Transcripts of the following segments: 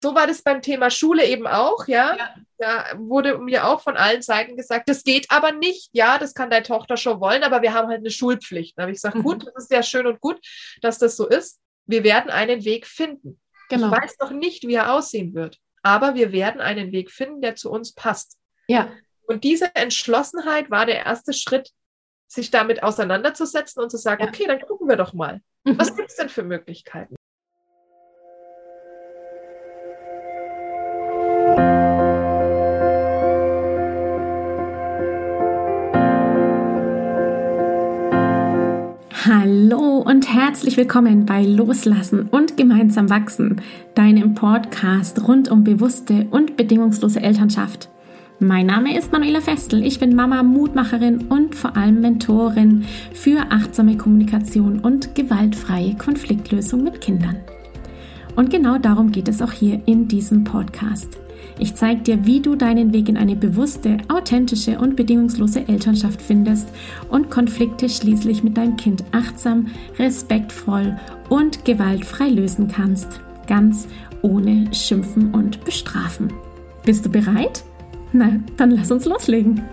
so war das beim Thema Schule eben auch, ja. Ja. Da wurde mir auch von allen Seiten gesagt, das geht aber nicht, ja, das kann deine Tochter schon wollen, aber wir haben halt eine Schulpflicht. Da habe ich gesagt, gut, das ist ja schön und gut, dass das so ist. Wir werden einen Weg finden. Genau. Ich weiß noch nicht, wie er aussehen wird, aber wir werden einen Weg finden, der zu uns passt. Ja. Und diese Entschlossenheit war der erste Schritt, sich damit auseinanderzusetzen und zu sagen, okay, dann gucken wir doch mal. Was gibt es denn für Möglichkeiten? Hallo und herzlich willkommen bei Loslassen und gemeinsam wachsen, deinem Podcast rund um bewusste und bedingungslose Elternschaft. Mein Name ist Manuela Festel, ich bin Mama, Mutmacherin und vor allem Mentorin für achtsame Kommunikation und gewaltfreie Konfliktlösung mit Kindern. Und genau darum geht es auch hier in diesem Podcast. Ich zeige dir, wie du deinen Weg in eine bewusste, authentische und bedingungslose Elternschaft findest und Konflikte schließlich mit deinem Kind achtsam, respektvoll und gewaltfrei lösen kannst. Ganz ohne Schimpfen und Bestrafen. Bist du bereit? Na, dann lass uns loslegen.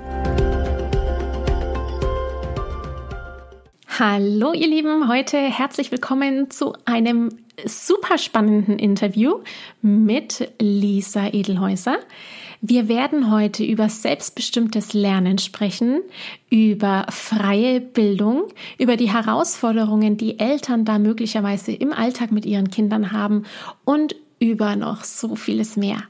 Hallo ihr Lieben, heute herzlich willkommen zu einem super spannenden Interview mit Lisa Edelhäuser. Wir werden heute über selbstbestimmtes Lernen sprechen, über freie Bildung, über die Herausforderungen, die Eltern da möglicherweise im Alltag mit ihren Kindern haben und über noch so vieles mehr.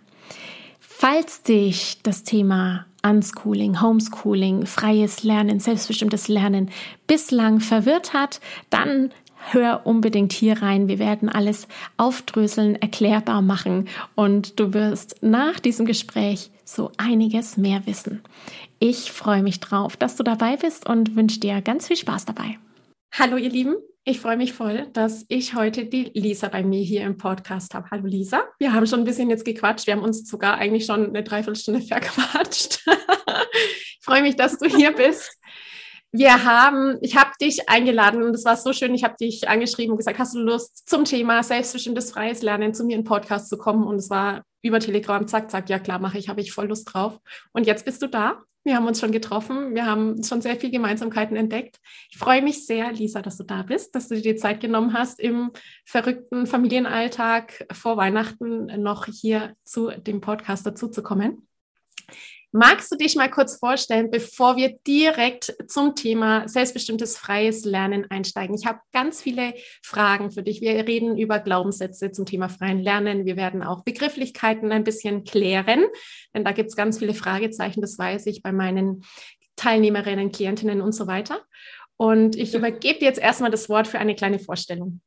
Falls dich das Thema Unschooling, Homeschooling, freies Lernen, selbstbestimmtes Lernen bislang verwirrt hat, dann hör unbedingt hier rein. Wir werden alles aufdröseln, erklärbar machen und du wirst nach diesem Gespräch so einiges mehr wissen. Ich freue mich drauf, dass du dabei bist und wünsche dir ganz viel Spaß dabei. Hallo ihr Lieben, ich freue mich voll, dass ich heute die Lisa bei mir hier im Podcast habe. Hallo Lisa, wir haben schon ein bisschen jetzt gequatscht, wir haben uns sogar eigentlich schon eine Dreiviertelstunde verquatscht. Ich freue mich, dass du hier bist. Ich habe dich eingeladen und es war so schön, ich habe dich angeschrieben und gesagt, hast du Lust zum Thema selbstbestimmtes freies Lernen zu mir in den Podcast zu kommen? Und es war über Telegram, zack, zack, ja klar, mache ich, habe ich voll Lust drauf. Und jetzt bist du da. Wir haben uns schon getroffen, wir haben schon sehr viele Gemeinsamkeiten entdeckt. Ich freue mich sehr, Lisa, dass du da bist, dass du dir die Zeit genommen hast, im verrückten Familienalltag vor Weihnachten noch hier zu dem Podcast dazu zu kommen. Magst du dich mal kurz vorstellen, bevor wir direkt zum Thema selbstbestimmtes freies Lernen einsteigen? Ich habe ganz viele Fragen für dich. Wir reden über Glaubenssätze zum Thema freien Lernen. Wir werden auch Begrifflichkeiten ein bisschen klären, denn da gibt es ganz viele Fragezeichen, das weiß ich bei meinen Teilnehmerinnen, Klientinnen und so weiter. Und ich übergebe dir jetzt erstmal das Wort für eine kleine Vorstellung.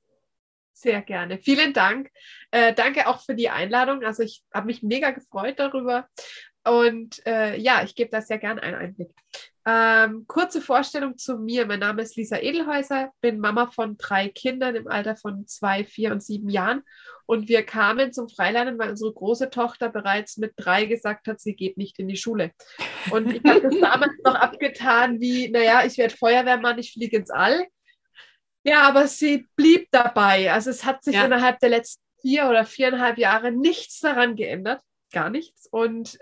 Sehr gerne. Vielen Dank. Danke auch für die Einladung. Also ich habe mich mega gefreut darüber. Und ich gebe da sehr gerne einen Einblick. Kurze Vorstellung zu mir. Mein Name ist Lisa Edelhäuser, bin Mama von 3 Kindern im Alter von 2, 4 und 7 Jahren. Und wir kamen zum Freilernen, weil unsere große Tochter bereits mit 3 gesagt hat, sie geht nicht in die Schule. Und ich habe das damals noch abgetan wie, ich werde Feuerwehrmann, ich fliege ins All. Ja, aber sie blieb dabei. Also es hat sich innerhalb der letzten 4 oder 4,5 Jahre nichts daran geändert. Gar nichts. Und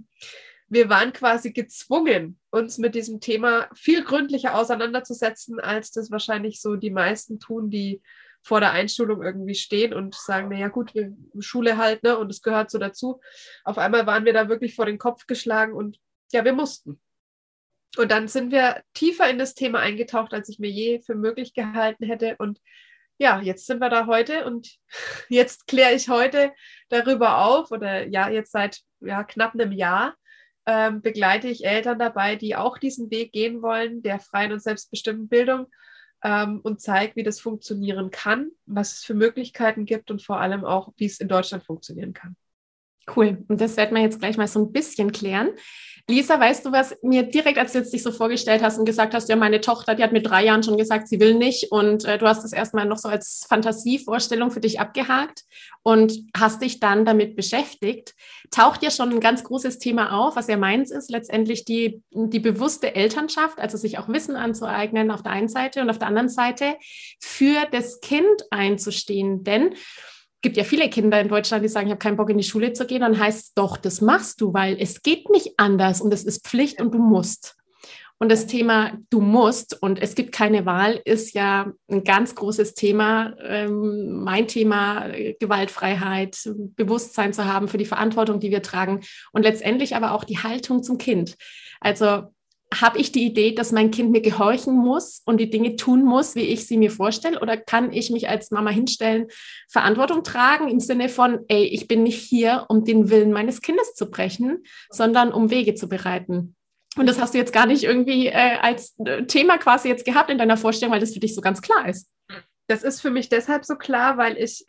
wir waren quasi gezwungen, uns mit diesem Thema viel gründlicher auseinanderzusetzen, als das wahrscheinlich so die meisten tun, die vor der Einschulung irgendwie stehen und sagen, naja gut, Schule halt, ne, und es gehört so dazu. Auf einmal waren wir da wirklich vor den Kopf geschlagen und ja, wir mussten. Und dann sind wir tiefer in das Thema eingetaucht, als ich mir je für möglich gehalten hätte. Und ja, jetzt sind wir da heute und jetzt kläre ich heute darüber auf oder jetzt seit knapp einem Jahr begleite ich Eltern dabei, die auch diesen Weg gehen wollen, der freien und selbstbestimmten Bildung und zeige, wie das funktionieren kann, was es für Möglichkeiten gibt und vor allem auch, wie es in Deutschland funktionieren kann. Cool. Und das werden wir jetzt gleich mal so ein bisschen klären. Lisa, weißt du, was mir direkt, als du jetzt dich so vorgestellt hast und gesagt hast, ja, meine Tochter, die hat mit 3 Jahren schon gesagt, sie will nicht und du hast das erstmal noch so als Fantasievorstellung für dich abgehakt und hast dich dann damit beschäftigt, taucht ja schon ein ganz großes Thema auf, was ja meins ist, letztendlich die bewusste Elternschaft, also sich auch Wissen anzueignen auf der einen Seite und auf der anderen Seite für das Kind einzustehen, denn gibt ja viele Kinder in Deutschland, die sagen, ich habe keinen Bock in die Schule zu gehen. Dann heißt es doch, das machst du, weil es geht nicht anders und es ist Pflicht und du musst. Und das Thema du musst und es gibt keine Wahl ist ja ein ganz großes Thema. Mein Thema Gewaltfreiheit, Bewusstsein zu haben für die Verantwortung, die wir tragen und letztendlich aber auch die Haltung zum Kind. Also habe ich die Idee, dass mein Kind mir gehorchen muss und die Dinge tun muss, wie ich sie mir vorstelle? Oder kann ich mich als Mama hinstellen, Verantwortung tragen im Sinne von, ey, ich bin nicht hier, um den Willen meines Kindes zu brechen, sondern um Wege zu bereiten? Und das hast du jetzt gar nicht irgendwie als Thema quasi jetzt gehabt in deiner Vorstellung, weil das für dich so ganz klar ist. Das ist für mich deshalb so klar, weil ich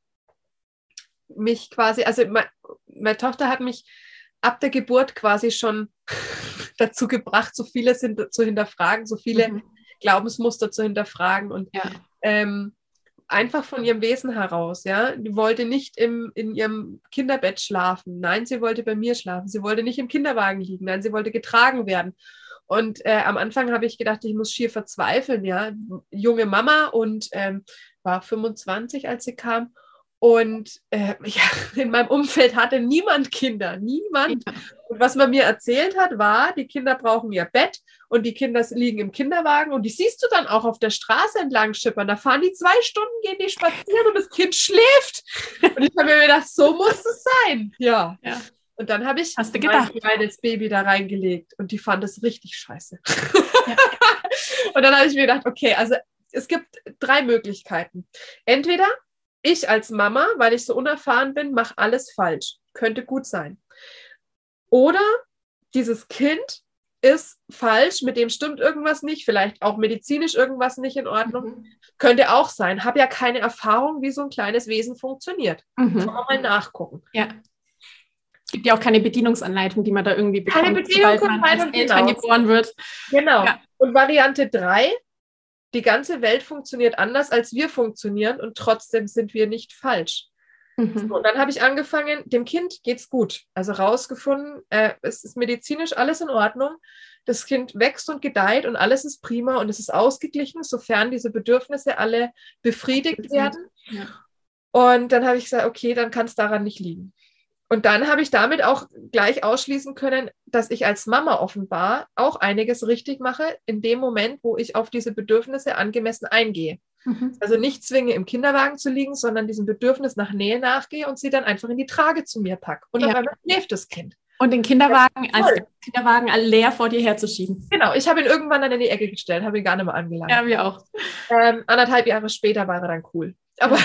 mich quasi, also meine Tochter hat mich ab der Geburt quasi schon dazu gebracht, so vieles zu hinterfragen, so viele Glaubensmuster zu hinterfragen und einfach von ihrem Wesen heraus, ja. Die wollte nicht in ihrem Kinderbett schlafen. Nein, sie wollte bei mir schlafen. Sie wollte nicht im Kinderwagen liegen. Nein, sie wollte getragen werden. Und am Anfang habe ich gedacht, ich muss schier verzweifeln, ja. Junge Mama und war 25, als sie kam. Und in meinem Umfeld hatte niemand Kinder, niemand. Ja. Und was man mir erzählt hat, war, die Kinder brauchen ihr Bett und die Kinder liegen im Kinderwagen und die siehst du dann auch auf der Straße entlang schippern. Da fahren die 2 Stunden, gehen die spazieren und das Kind schläft. Und ich habe mir gedacht, so muss es sein. Ja. Und dann habe ich mein kleines Baby da reingelegt und die fand es richtig scheiße. Ja. Und dann habe ich mir gedacht, okay, also es gibt 3 Möglichkeiten. Entweder ich als Mama, weil ich so unerfahren bin, mache alles falsch. Könnte gut sein. Oder dieses Kind ist falsch, mit dem stimmt irgendwas nicht, vielleicht auch medizinisch irgendwas nicht in Ordnung. Könnte auch sein. Habe ja keine Erfahrung, wie so ein kleines Wesen funktioniert. Kann man mal nachgucken. Ja. Es gibt ja auch keine Bedienungsanleitung, die man da irgendwie bekommt, keine Bedienungsanleitung, sobald man als Eltern geboren wird. Genau. Ja. Und Variante 3, die ganze Welt funktioniert anders, als wir funktionieren und trotzdem sind wir nicht falsch. So, und dann habe ich angefangen, dem Kind geht's gut. Also rausgefunden, es ist medizinisch alles in Ordnung. Das Kind wächst und gedeiht und alles ist prima und es ist ausgeglichen, sofern diese Bedürfnisse alle befriedigt werden. Ja. Und dann habe ich gesagt, okay, dann kann es daran nicht liegen. Und dann habe ich damit auch gleich ausschließen können, dass ich als Mama offenbar auch einiges richtig mache in dem Moment, wo ich auf diese Bedürfnisse angemessen eingehe. Also nicht zwinge, im Kinderwagen zu liegen, sondern diesem Bedürfnis nach Nähe nachgehe und sie dann einfach in die Trage zu mir packe. Und auf einmal schläft das Kind. Und den Kinderwagen leer vor dir herzuschieben. Genau, ich habe ihn irgendwann dann in die Ecke gestellt, habe ihn gar nicht mehr angelangt. Ja, wir auch. 1,5 Jahre später war er dann cool. Aber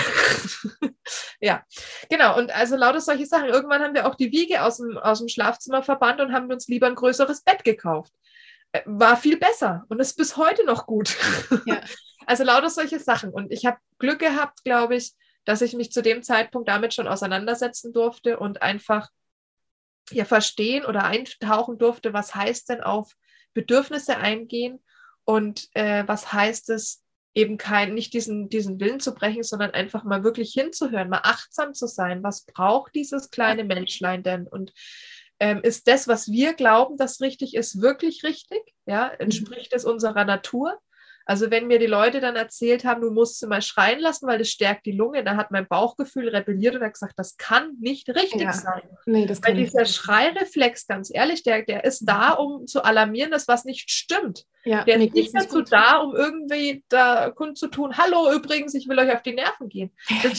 ja, genau. Und also lauter solche Sachen. Irgendwann haben wir auch die Wiege aus dem Schlafzimmer verbannt und haben uns lieber ein größeres Bett gekauft. War viel besser und ist bis heute noch gut. Ja. Also lauter solche Sachen. Und ich habe Glück gehabt, glaube ich, dass ich mich zu dem Zeitpunkt damit schon auseinandersetzen durfte und einfach verstehen oder eintauchen durfte, was heißt denn auf Bedürfnisse eingehen und was heißt es, eben nicht diesen Willen zu brechen, sondern einfach mal wirklich hinzuhören, mal achtsam zu sein. Was braucht dieses kleine Menschlein denn? Und ist das, was wir glauben, das richtig ist, wirklich richtig? Ja, entspricht es unserer Natur? Also wenn mir die Leute dann erzählt haben, du musst sie mal schreien lassen, weil das stärkt die Lunge, dann hat mein Bauchgefühl rebelliert und hat gesagt, das kann nicht richtig sein. Nee, das kann weil dieser Schreireflex, ganz ehrlich, der ist da, um zu alarmieren, dass was nicht stimmt. Ja, der ist nicht dazu da, um irgendwie da kundzutun, hallo übrigens, ich will euch auf die Nerven gehen.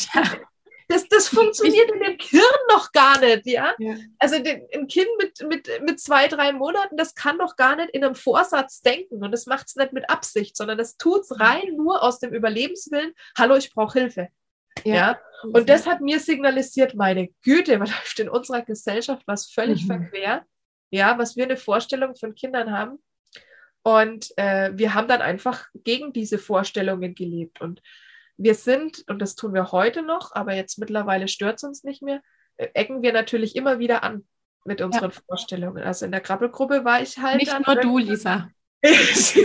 Das funktioniert in dem Hirn noch gar nicht, ja? Also ein Kind mit 2, 3 Monaten, das kann doch gar nicht in einem Vorsatz denken und das macht es nicht mit Absicht, sondern das tut es rein nur aus dem Überlebenswillen, hallo, ich brauche Hilfe. Ja? Und das hat mir signalisiert, meine Güte, was läuft in unserer Gesellschaft was völlig verquer, ja, was wir eine Vorstellung von Kindern haben. Und wir haben dann einfach gegen diese Vorstellungen gelebt und wir sind, und das tun wir heute noch, aber jetzt mittlerweile stört es uns nicht mehr, ecken wir natürlich immer wieder an mit unseren Vorstellungen. Also in der Krabbelgruppe war ich halt nicht nur du, Lisa. Ich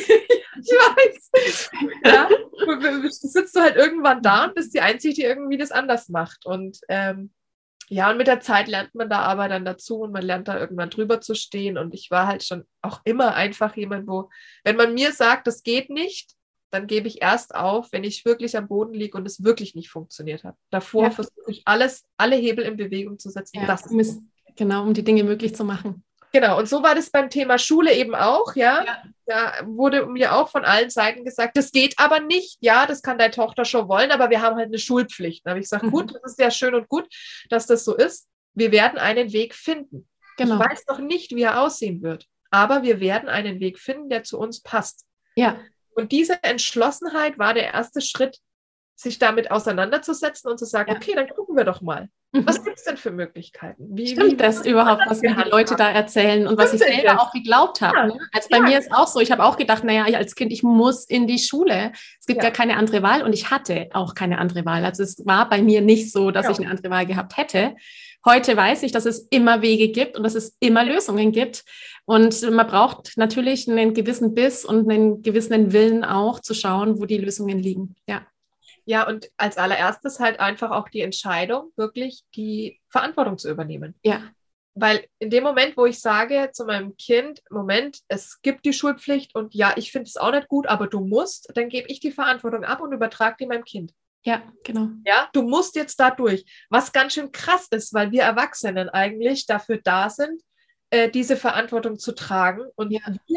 weiß. Ja, du sitzt du halt irgendwann da und bist die Einzige, die irgendwie das anders macht. Und und mit der Zeit lernt man da aber dann dazu und man lernt da irgendwann drüber zu stehen. Und ich war halt schon auch immer einfach jemand, wo, wenn man mir sagt, das geht nicht, dann gebe ich erst auf, wenn ich wirklich am Boden liege und es wirklich nicht funktioniert hat. Davor versuche ich alle Hebel in Bewegung zu setzen. Ja, um die Dinge möglich zu machen. Genau, und so war das beim Thema Schule eben auch, ja. Da wurde mir auch von allen Seiten gesagt, das geht aber nicht, ja, das kann deine Tochter schon wollen, aber wir haben halt eine Schulpflicht. Da habe ich gesagt, gut, das ist ja schön und gut, dass das so ist. Wir werden einen Weg finden. Genau. Ich weiß noch nicht, wie er aussehen wird, aber wir werden einen Weg finden, der zu uns passt. Ja. Und diese Entschlossenheit war der erste Schritt, sich damit auseinanderzusetzen und zu sagen, okay, dann gucken wir doch mal. Was gibt es denn für Möglichkeiten? Stimmt das überhaupt, was mir die Leute da erzählen und was ich selber auch geglaubt habe? Ja. Ne? Also bei mir ist auch so, ich habe auch gedacht, naja, als Kind, ich muss in die Schule. Es gibt ja keine andere Wahl und ich hatte auch keine andere Wahl. Also es war bei mir nicht so, dass ich eine andere Wahl gehabt hätte. Heute weiß ich, dass es immer Wege gibt und dass es immer Lösungen gibt. Und man braucht natürlich einen gewissen Biss und einen gewissen Willen auch zu schauen, wo die Lösungen liegen. Ja. Ja, und als allererstes halt einfach auch die Entscheidung, wirklich die Verantwortung zu übernehmen. Ja. Weil in dem Moment, wo ich sage zu meinem Kind, Moment, es gibt die Schulpflicht und ja, ich finde es auch nicht gut, aber du musst, dann gebe ich die Verantwortung ab und übertrage die meinem Kind. Ja, genau. Ja, du musst jetzt da durch. Was ganz schön krass ist, weil wir Erwachsenen eigentlich dafür da sind, diese Verantwortung zu tragen. Und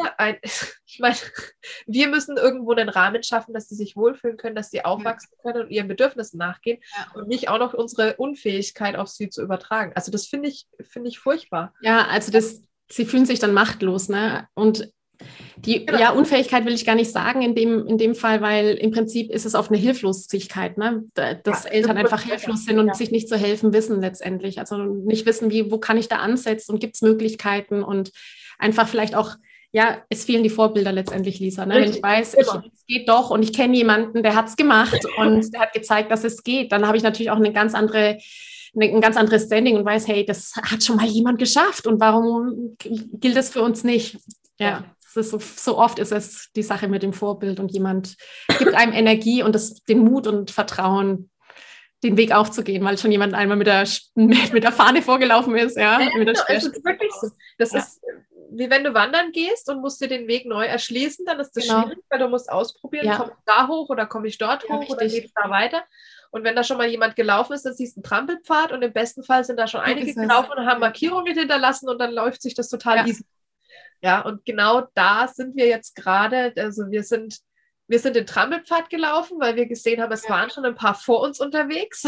wir müssen irgendwo einen Rahmen schaffen, dass sie sich wohlfühlen können, dass sie aufwachsen können und ihren Bedürfnissen nachgehen und nicht auch noch unsere Unfähigkeit auf sie zu übertragen. Also das finde ich furchtbar. Ja, also sie fühlen sich dann machtlos, ne? Und die Unfähigkeit will ich gar nicht sagen in dem Fall, weil im Prinzip ist es oft eine Hilflosigkeit, ne? Dass Eltern einfach hilflos sind und sich nicht zu helfen wissen letztendlich. Also nicht wissen, wo kann ich da ansetzen und gibt es Möglichkeiten und einfach vielleicht auch, es fehlen die Vorbilder letztendlich, Lisa. Ne? Wenn ich weiß, es geht doch und ich kenne jemanden, der hat es gemacht und der hat gezeigt, dass es geht, dann habe ich natürlich auch ein ganz anderes Standing und weiß, hey, das hat schon mal jemand geschafft und warum gilt das für uns nicht? Ja. Das ist so oft ist es die Sache mit dem Vorbild und jemand gibt einem Energie und den Mut und Vertrauen, den Weg aufzugehen, weil schon jemand einmal mit der Fahne vorgelaufen ist. Mit der es ist wirklich so. Das ist wie wenn du wandern gehst und musst dir den Weg neu erschließen, dann ist das schwierig, weil du musst ausprobieren, komme ich da hoch oder komme ich dort hoch oder geht es da weiter? Und wenn da schon mal jemand gelaufen ist, dann siehst du einen Trampelpfad und im besten Fall sind da schon einige gelaufen und haben Markierungen hinterlassen und dann läuft sich das total easy. Ja, und genau da sind wir jetzt gerade, also wir sind den Trampelpfad gelaufen, weil wir gesehen haben, es waren schon ein paar vor uns unterwegs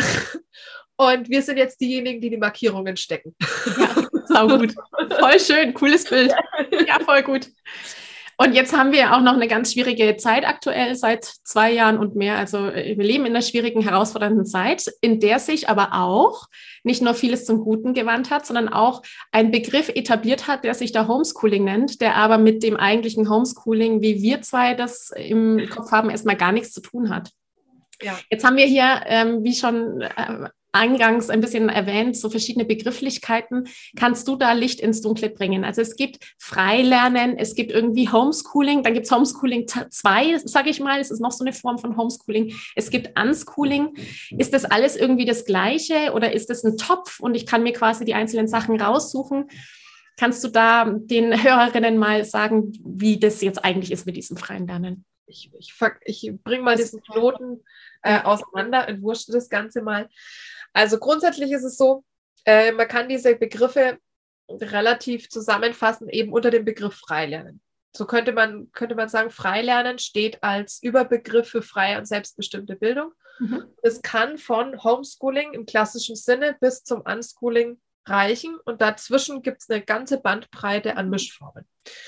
und wir sind jetzt diejenigen, die die Markierungen stecken. Ja, sau gut. Voll schön, cooles Bild. Ja, voll gut. Und jetzt haben wir auch noch eine ganz schwierige Zeit aktuell, seit 2 Jahren und mehr. Also wir leben in einer schwierigen, herausfordernden Zeit, in der sich aber auch nicht nur vieles zum Guten gewandt hat, sondern auch ein Begriff etabliert hat, der sich da Homeschooling nennt, der aber mit dem eigentlichen Homeschooling, wie wir zwei das im Kopf haben, erstmal gar nichts zu tun hat. Ja. Jetzt haben wir hier, wie schon eingangs ein bisschen erwähnt, so verschiedene Begrifflichkeiten. Kannst du da Licht ins Dunkle bringen? Also es gibt Freilernen, es gibt irgendwie Homeschooling, dann gibt es Homeschooling 2, sage ich mal, es ist noch so eine Form von Homeschooling. Es gibt Unschooling. Ist das alles irgendwie das Gleiche oder ist das ein Topf und ich kann mir quasi die einzelnen Sachen raussuchen? Kannst du da den Hörerinnen mal sagen, wie das jetzt eigentlich ist mit diesem freien Lernen? Ich bringe mal diesen Knoten auseinander, entwurschte das Ganze mal. Also grundsätzlich ist es so, man kann diese Begriffe relativ zusammenfassen, eben unter dem Begriff Freilernen. So könnte man sagen, Freilernen steht als Überbegriff für freie und selbstbestimmte Bildung. Es kann von Homeschooling im klassischen Sinne bis zum Unschooling reichen und dazwischen gibt es eine ganze Bandbreite an Mischformen.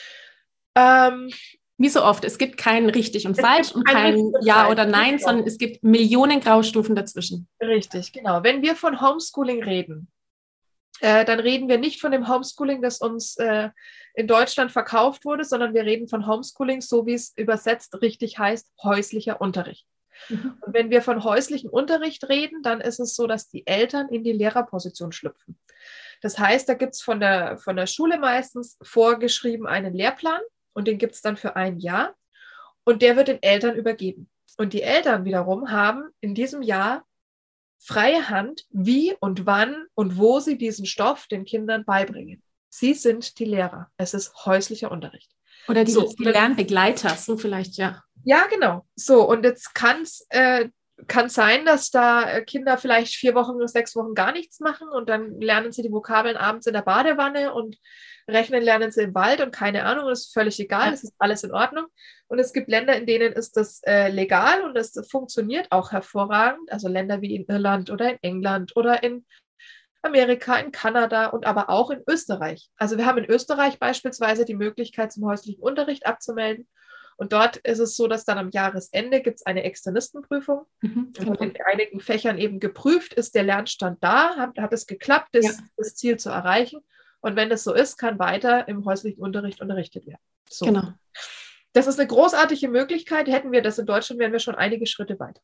Wie so oft, es gibt kein richtig und falsch und kein Ja oder Nein, sondern es gibt Millionen Graustufen dazwischen. Richtig, genau. Wenn wir von Homeschooling reden, dann reden wir nicht von dem Homeschooling, das uns in Deutschland verkauft wurde, sondern wir reden von Homeschooling, so wie es übersetzt richtig heißt, häuslicher Unterricht. Und wenn wir von häuslichem Unterricht reden, dann ist es so, dass die Eltern in die Lehrerposition schlüpfen. Das heißt, da gibt es von der Schule meistens vorgeschrieben einen Lehrplan, und den gibt es dann für 1 Jahr und der wird den Eltern übergeben. Und die Eltern wiederum haben in diesem Jahr freie Hand, wie und wann und wo sie diesen Stoff den Kindern beibringen. Sie sind die Lehrer. Es ist häuslicher Unterricht. Oder die Lernbegleiter, so vielleicht, ja. Ja, genau. So, und jetzt kann sein, dass da Kinder vielleicht 4 Wochen oder 6 Wochen gar nichts machen und dann lernen sie die Vokabeln abends in der Badewanne und rechnen lernen sie im Wald und keine Ahnung, das ist völlig egal, das ist alles in Ordnung. Und es gibt Länder, in denen ist das legal und das funktioniert auch hervorragend. Also Länder wie in Irland oder in England oder in Amerika, in Kanada und aber auch in Österreich. Also wir haben in Österreich beispielsweise die Möglichkeit, zum häuslichen Unterricht abzumelden. Und dort ist es so, dass dann am Jahresende gibt es eine Externistenprüfung. Genau. Und in einigen Fächern eben geprüft, ist der Lernstand da, hat es geklappt, das Ziel zu erreichen. Und wenn das so ist, kann weiter im häuslichen Unterricht unterrichtet werden. So. Genau. Das ist eine großartige Möglichkeit. Hätten wir das in Deutschland, wären wir schon einige Schritte weiter.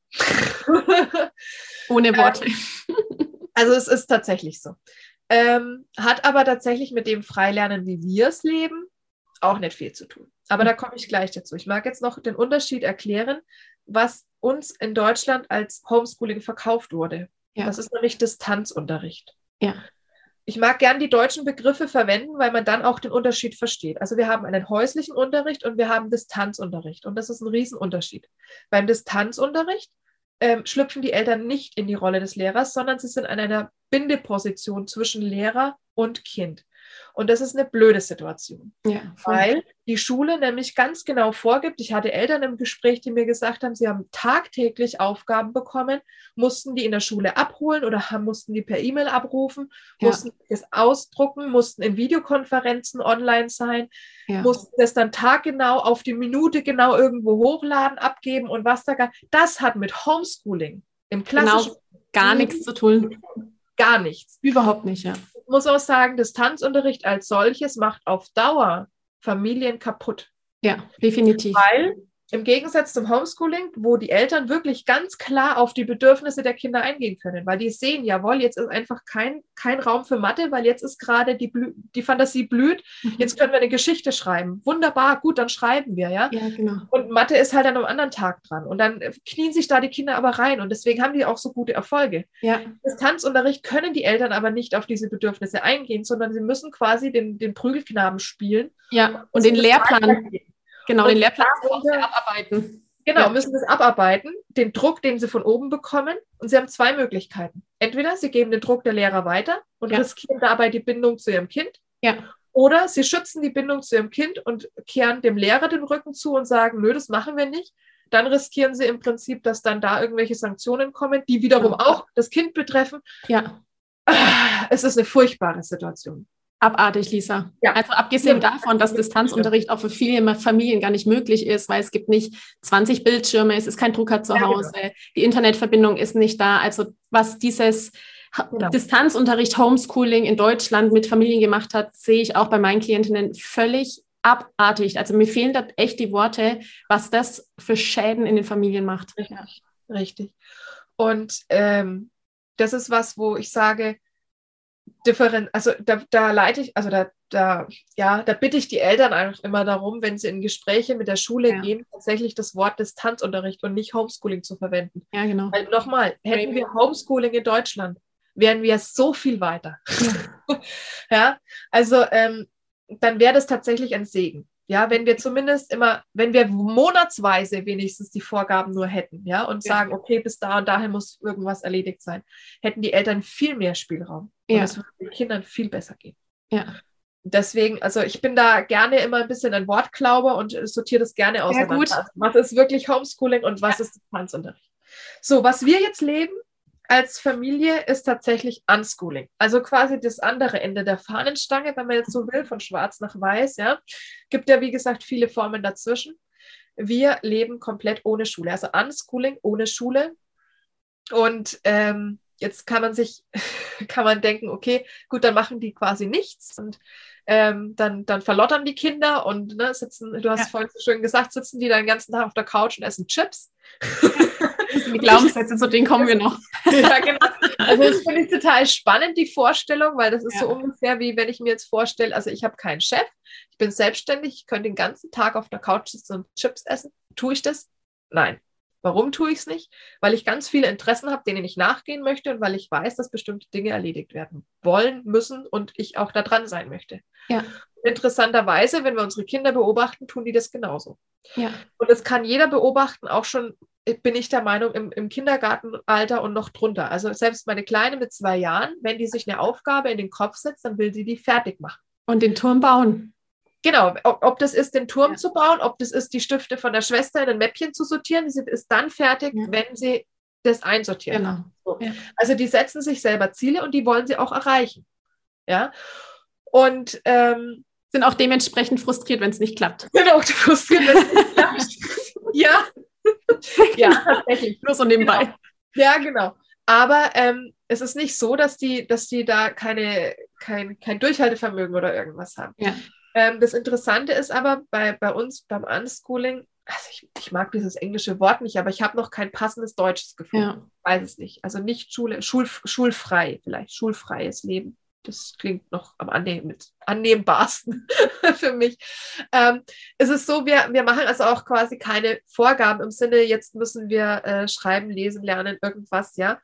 Ohne Worte. Also es ist tatsächlich so. Hat aber tatsächlich mit dem Freilernen, wie wir es leben, auch nicht viel zu tun. Aber da komme ich gleich dazu. Ich mag jetzt noch den Unterschied erklären, was uns in Deutschland als Homeschooling verkauft wurde. Ja. Das ist nämlich Distanzunterricht. Ja. Ich mag gern die deutschen Begriffe verwenden, weil man dann auch den Unterschied versteht. Also wir haben einen häuslichen Unterricht und wir haben Distanzunterricht. Und das ist ein Riesenunterschied. Beim Distanzunterricht schlüpfen die Eltern nicht in die Rolle des Lehrers, sondern sie sind in einer Bindeposition zwischen Lehrer und Kind. Und das ist eine blöde Situation, weil die Schule nämlich ganz genau vorgibt, ich hatte Eltern im Gespräch, die mir gesagt haben, sie haben tagtäglich Aufgaben bekommen, mussten die in der Schule abholen oder mussten die per E-Mail abrufen, mussten das ausdrucken, mussten in Videokonferenzen online sein, mussten das dann taggenau auf die Minute genau irgendwo hochladen, abgeben und was da gar. Das hat mit Homeschooling im klassischen gar nichts zu tun. Gar nichts. Überhaupt nicht, ja. Ich muss auch sagen, Distanzunterricht als solches macht auf Dauer Familien kaputt. Ja, definitiv. Weil im Gegensatz zum Homeschooling, wo die Eltern wirklich ganz klar auf die Bedürfnisse der Kinder eingehen können, weil die sehen, jawohl, jetzt ist einfach kein Raum für Mathe, weil jetzt ist gerade die Fantasie blüht, jetzt können wir eine Geschichte schreiben. Wunderbar, gut, dann schreiben wir, ja. Ja, genau. Und Mathe ist halt an einem anderen Tag dran und dann knien sich da die Kinder aber rein und deswegen haben die auch so gute Erfolge. Ja. Distanzunterricht können die Eltern aber nicht auf diese Bedürfnisse eingehen, sondern sie müssen quasi den Prügelknaben spielen. Ja, und den Lehrplan. Genau, den Lehrplan abarbeiten. Genau, müssen das abarbeiten, den Druck, den sie von oben bekommen. Und sie haben 2 Möglichkeiten. Entweder sie geben den Druck der Lehrer weiter und riskieren dabei die Bindung zu ihrem Kind. Ja. Oder sie schützen die Bindung zu ihrem Kind und kehren dem Lehrer den Rücken zu und sagen, nö, das machen wir nicht. Dann riskieren sie im Prinzip, dass dann da irgendwelche Sanktionen kommen, die wiederum auch das Kind betreffen. Ja. Es ist eine furchtbare Situation. Abartig, Lisa. Ja. Also abgesehen davon, dass Distanzunterricht auch für viele Familien gar nicht möglich ist, weil es gibt nicht 20 Bildschirme, es ist kein Drucker zu Hause, die Internetverbindung ist nicht da. Also was dieses Distanzunterricht, Homeschooling in Deutschland mit Familien gemacht hat, sehe ich auch bei meinen Klientinnen völlig abartig. Also mir fehlen da echt die Worte, was das für Schäden in den Familien macht. Richtig. Und das ist was, wo ich sage, da bitte ich die Eltern einfach immer darum, wenn sie in Gespräche mit der Schule gehen, tatsächlich das Wort Distanzunterricht und nicht Homeschooling zu verwenden. Ja, genau. Weil nochmal, hätten wir Homeschooling in Deutschland, wären wir so viel weiter. Ja, also dann wäre das tatsächlich ein Segen. Ja, wenn wir zumindest wenn wir monatsweise wenigstens die Vorgaben nur hätten, ja, und sagen, okay, bis da und dahin muss irgendwas erledigt sein, hätten die Eltern viel mehr Spielraum. Und es würde den Kindern viel besser gehen. Ja. Deswegen, also ich bin da gerne immer ein bisschen ein Wortklauber und sortiere das gerne auseinander. Gut. Also, was ist wirklich Homeschooling und was ist Distanzunterricht? So, was wir jetzt leben als Familie ist tatsächlich Unschooling. Also quasi das andere Ende der Fahnenstange, wenn man jetzt so will, von schwarz nach weiß, ja. Gibt ja, wie gesagt, viele Formen dazwischen. Wir leben komplett ohne Schule. Also Unschooling ohne Schule. Und jetzt kann man denken, okay, gut, dann machen die quasi nichts und dann verlottern die Kinder und sitzen, du hast vorhin so schön gesagt, sitzen die dann den ganzen Tag auf der Couch und essen Chips. Die Glaubenssätze, zu denen kommen wir noch. Ja, genau. Also das finde ich total spannend, die Vorstellung, weil das ist so ungefähr wie, wenn ich mir jetzt vorstelle, also ich habe keinen Chef, ich bin selbstständig, ich könnte den ganzen Tag auf der Couch sitzen und Chips essen. Tue ich das? Nein. Warum tue ich es nicht? Weil ich ganz viele Interessen habe, denen ich nachgehen möchte und weil ich weiß, dass bestimmte Dinge erledigt werden wollen, müssen und ich auch da dran sein möchte. Ja. Interessanterweise, wenn wir unsere Kinder beobachten, tun die das genauso. Ja. Und das kann jeder beobachten, auch schon, bin ich der Meinung, im Kindergartenalter und noch drunter. Also selbst meine Kleine mit 2 Jahren, wenn die sich eine Aufgabe in den Kopf setzt, dann will sie die fertig machen. Und den Turm bauen. Genau, ob das ist, den Turm zu bauen, ob das ist, die Stifte von der Schwester in ein Mäppchen zu sortieren, sie ist dann fertig, wenn sie das einsortiert haben. So. Ja. Also die setzen sich selber Ziele und die wollen sie auch erreichen. Ja. Und sind auch dementsprechend frustriert, wenn es nicht klappt. Sind auch frustriert, wenn es nicht klappt. Ja. Ja, tatsächlich. Nur so nebenbei. Genau. Ja, genau. Aber es ist nicht so, dass die da kein Durchhaltevermögen oder irgendwas haben. Ja. Das Interessante ist aber bei uns beim Unschooling, also ich mag dieses englische Wort nicht, aber ich habe noch kein passendes Deutsches gefunden. Ja. Ich weiß es nicht. Also nicht schulfrei, vielleicht schulfreies Leben. Das klingt noch am annehmbarsten für mich. Es ist so, wir machen also auch quasi keine Vorgaben im Sinne, jetzt müssen wir schreiben, lesen, lernen, irgendwas, ja.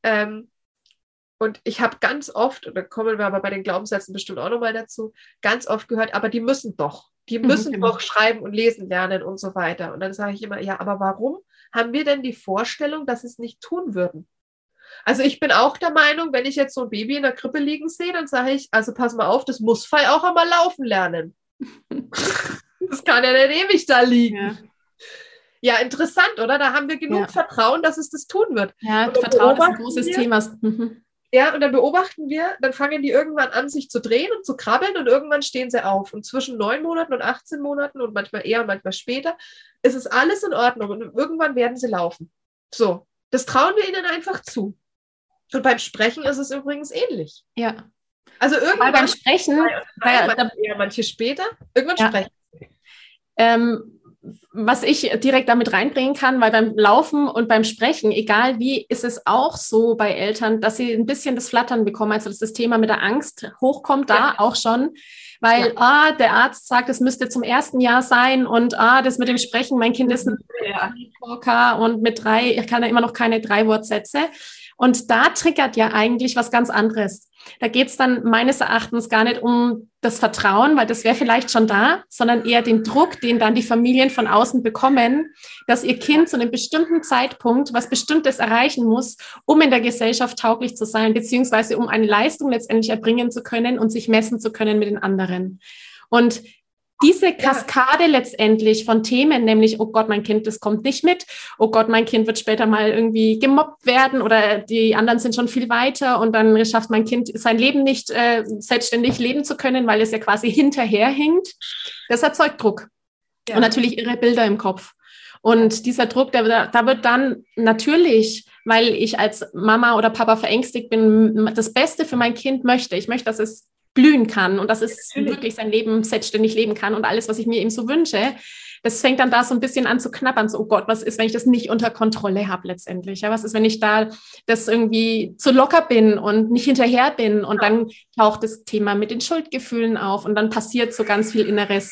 Und ich habe ganz oft, und da kommen wir aber bei den Glaubenssätzen bestimmt auch nochmal dazu, ganz oft gehört, aber die müssen doch. Die müssen doch schreiben und lesen lernen und so weiter. Und dann sage ich immer, ja, aber warum haben wir denn die Vorstellung, dass sie es nicht tun würden? Also ich bin auch der Meinung, wenn ich jetzt so ein Baby in der Krippe liegen sehe, dann sage ich, also pass mal auf, das muss auch einmal laufen lernen. Das kann ja nicht ewig da liegen. Ja. Ja, interessant, oder? Da haben wir genug Vertrauen, dass es das tun wird. Ja, Vertrauen ist ein großes Thema. Ja, und dann beobachten wir, dann fangen die irgendwann an, sich zu drehen und zu krabbeln und irgendwann stehen sie auf. Und zwischen 9 Monaten und 18 Monaten und manchmal eher, manchmal später, ist es alles in Ordnung und irgendwann werden sie laufen. So, das trauen wir ihnen einfach zu. Und beim Sprechen ist es übrigens ähnlich. Ja. Also irgendwann beim Sprechen, manche später, irgendwann sprechen. Was ich direkt damit reinbringen kann, weil beim Laufen und beim Sprechen, egal wie, ist es auch so bei Eltern, dass sie ein bisschen das Flattern bekommen, also dass das Thema mit der Angst hochkommt, da auch schon, weil der Arzt sagt, es müsste zum 1. Jahr sein und das mit dem Sprechen, mein Kind ist ein Talker und mit 3, ich kann ja immer noch keine 3 Wortsätze. Und da triggert ja eigentlich was ganz anderes. Da geht es dann meines Erachtens gar nicht um das Vertrauen, weil das wäre vielleicht schon da, sondern eher den Druck, den dann die Familien von außen bekommen, dass ihr Kind zu einem bestimmten Zeitpunkt was Bestimmtes erreichen muss, um in der Gesellschaft tauglich zu sein, beziehungsweise um eine Leistung letztendlich erbringen zu können und sich messen zu können mit den anderen. Und diese Kaskade letztendlich von Themen, nämlich, oh Gott, mein Kind, das kommt nicht mit, oh Gott, mein Kind wird später mal irgendwie gemobbt werden oder die anderen sind schon viel weiter und dann schafft mein Kind sein Leben nicht selbstständig leben zu können, weil es ja quasi hinterherhinkt. Das erzeugt Druck und natürlich irre Bilder im Kopf. Und dieser Druck, da wird dann natürlich, weil ich als Mama oder Papa verängstigt bin, das Beste für mein Kind möchte. Ich möchte, dass es blühen kann und dass es wirklich sein Leben selbstständig leben kann und alles, was ich mir eben so wünsche, das fängt dann da so ein bisschen an zu knabbern, so, oh Gott, was ist, wenn ich das nicht unter Kontrolle habe letztendlich? Ja, was ist, wenn ich da das irgendwie zu locker bin und nicht hinterher bin und dann taucht das Thema mit den Schuldgefühlen auf und dann passiert so ganz viel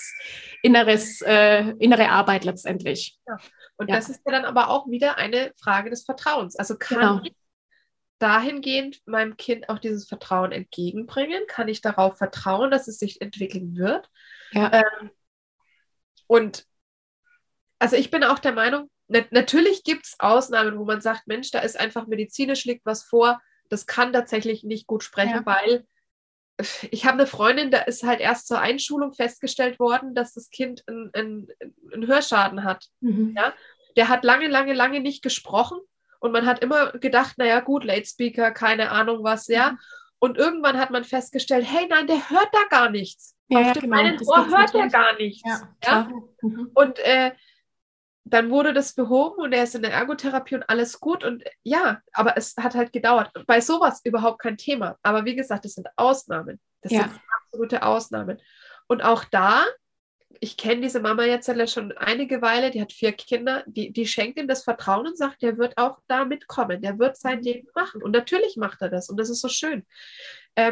innere Arbeit letztendlich. Ja. Und das ist ja dann aber auch wieder eine Frage des Vertrauens. Also kann ich dahingehend meinem Kind auch dieses Vertrauen entgegenbringen? Kann ich darauf vertrauen, dass es sich entwickeln wird? Ja. Und also ich bin auch der Meinung, natürlich gibt es Ausnahmen, wo man sagt, Mensch, da ist einfach medizinisch liegt was vor, das kann tatsächlich nicht gut sprechen, weil ich habe eine Freundin, da ist halt erst zur Einschulung festgestellt worden, dass das Kind einen Hörschaden hat. Ja? Der hat lange nicht gesprochen. Und man hat immer gedacht, naja gut, Late Speaker, keine Ahnung was, ja. Und irgendwann hat man festgestellt, hey, nein, der hört da gar nichts. Auf dem einen Ohr hört er gar nichts. Ja? Und dann wurde das behoben und er ist in der Ergotherapie und alles gut. Und ja, aber es hat halt gedauert. Bei sowas überhaupt kein Thema. Aber wie gesagt, das sind Ausnahmen. Das sind absolute Ausnahmen. Und auch da, ich kenne diese Mama jetzt schon einige Weile, die hat 4 Kinder, die schenkt ihm das Vertrauen und sagt, der wird auch da mitkommen, der wird sein Leben machen. Und natürlich macht er das und das ist so schön.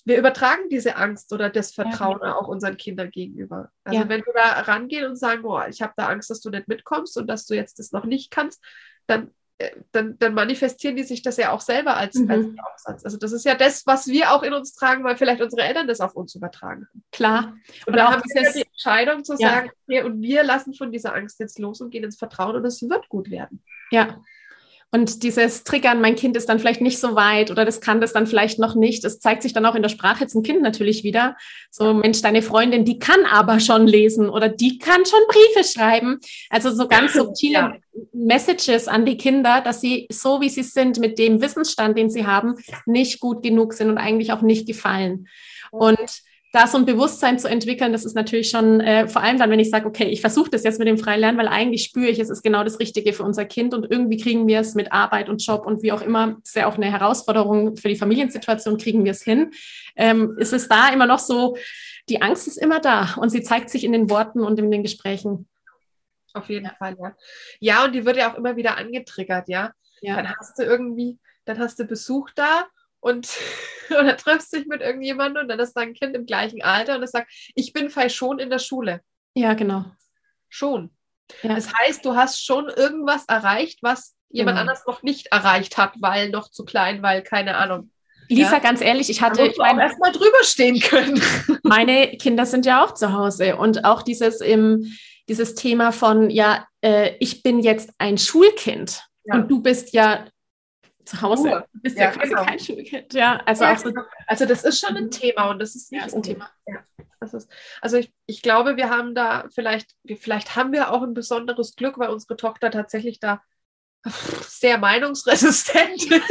wir übertragen diese Angst oder das Vertrauen auch unseren Kindern gegenüber. Also wenn wir da rangehen und sagen, boah, ich habe da Angst, dass du nicht mitkommst und dass du jetzt das noch nicht kannst, dann manifestieren die sich das ja auch selber als Glaubenssatz. Also das ist ja das, was wir auch in uns tragen, weil vielleicht unsere Eltern das auf uns übertragen haben. Klar. Und da haben wir die Entscheidung zu sagen, okay, und wir lassen von dieser Angst jetzt los und gehen ins Vertrauen und es wird gut werden. Ja. Und dieses Triggern, mein Kind ist dann vielleicht nicht so weit oder das kann das dann vielleicht noch nicht. Das zeigt sich dann auch in der Sprache zum Kind natürlich wieder. So, Mensch, deine Freundin, die kann aber schon lesen oder die kann schon Briefe schreiben. Also so ganz subtile Messages an die Kinder, dass sie so, wie sie sind, mit dem Wissensstand, den sie haben, nicht gut genug sind und eigentlich auch nicht gefallen. Und da so ein Bewusstsein zu entwickeln, das ist natürlich schon, vor allem dann, wenn ich sage, okay, ich versuche das jetzt mit dem Freilernen, weil eigentlich spüre ich, es ist genau das Richtige für unser Kind und irgendwie kriegen wir es mit Arbeit und Job und wie auch immer, das ist ja auch eine Herausforderung für die Familiensituation, kriegen wir es hin. Ist es da immer noch so, die Angst ist immer da und sie zeigt sich in den Worten und in den Gesprächen. Auf jeden Fall, ja. Ja, und die wird ja auch immer wieder angetriggert, ja. Dann hast du Besuch da oder triffst dich mit irgendjemandem und dann ist da ein Kind im gleichen Alter und es sagt, ich bin schon in der Schule. Ja, genau. Schon. Ja. Das heißt, du hast schon irgendwas erreicht, was jemand anders noch nicht erreicht hat, weil noch zu klein, weil keine Ahnung. Lisa, ganz ehrlich, ich auch erstmal drüber stehen können. Meine Kinder sind ja auch zu Hause und auch dieses Thema von, ich bin jetzt ein Schulkind und du bist ja zu Hause. Du bist ja quasi kein Schulkind. Ja, also das ist schon ein Thema und das ist nicht ein Thema. Ja, also ich glaube, wir haben da vielleicht haben wir auch ein besonderes Glück, weil unsere Tochter tatsächlich da sehr meinungsresistent ist.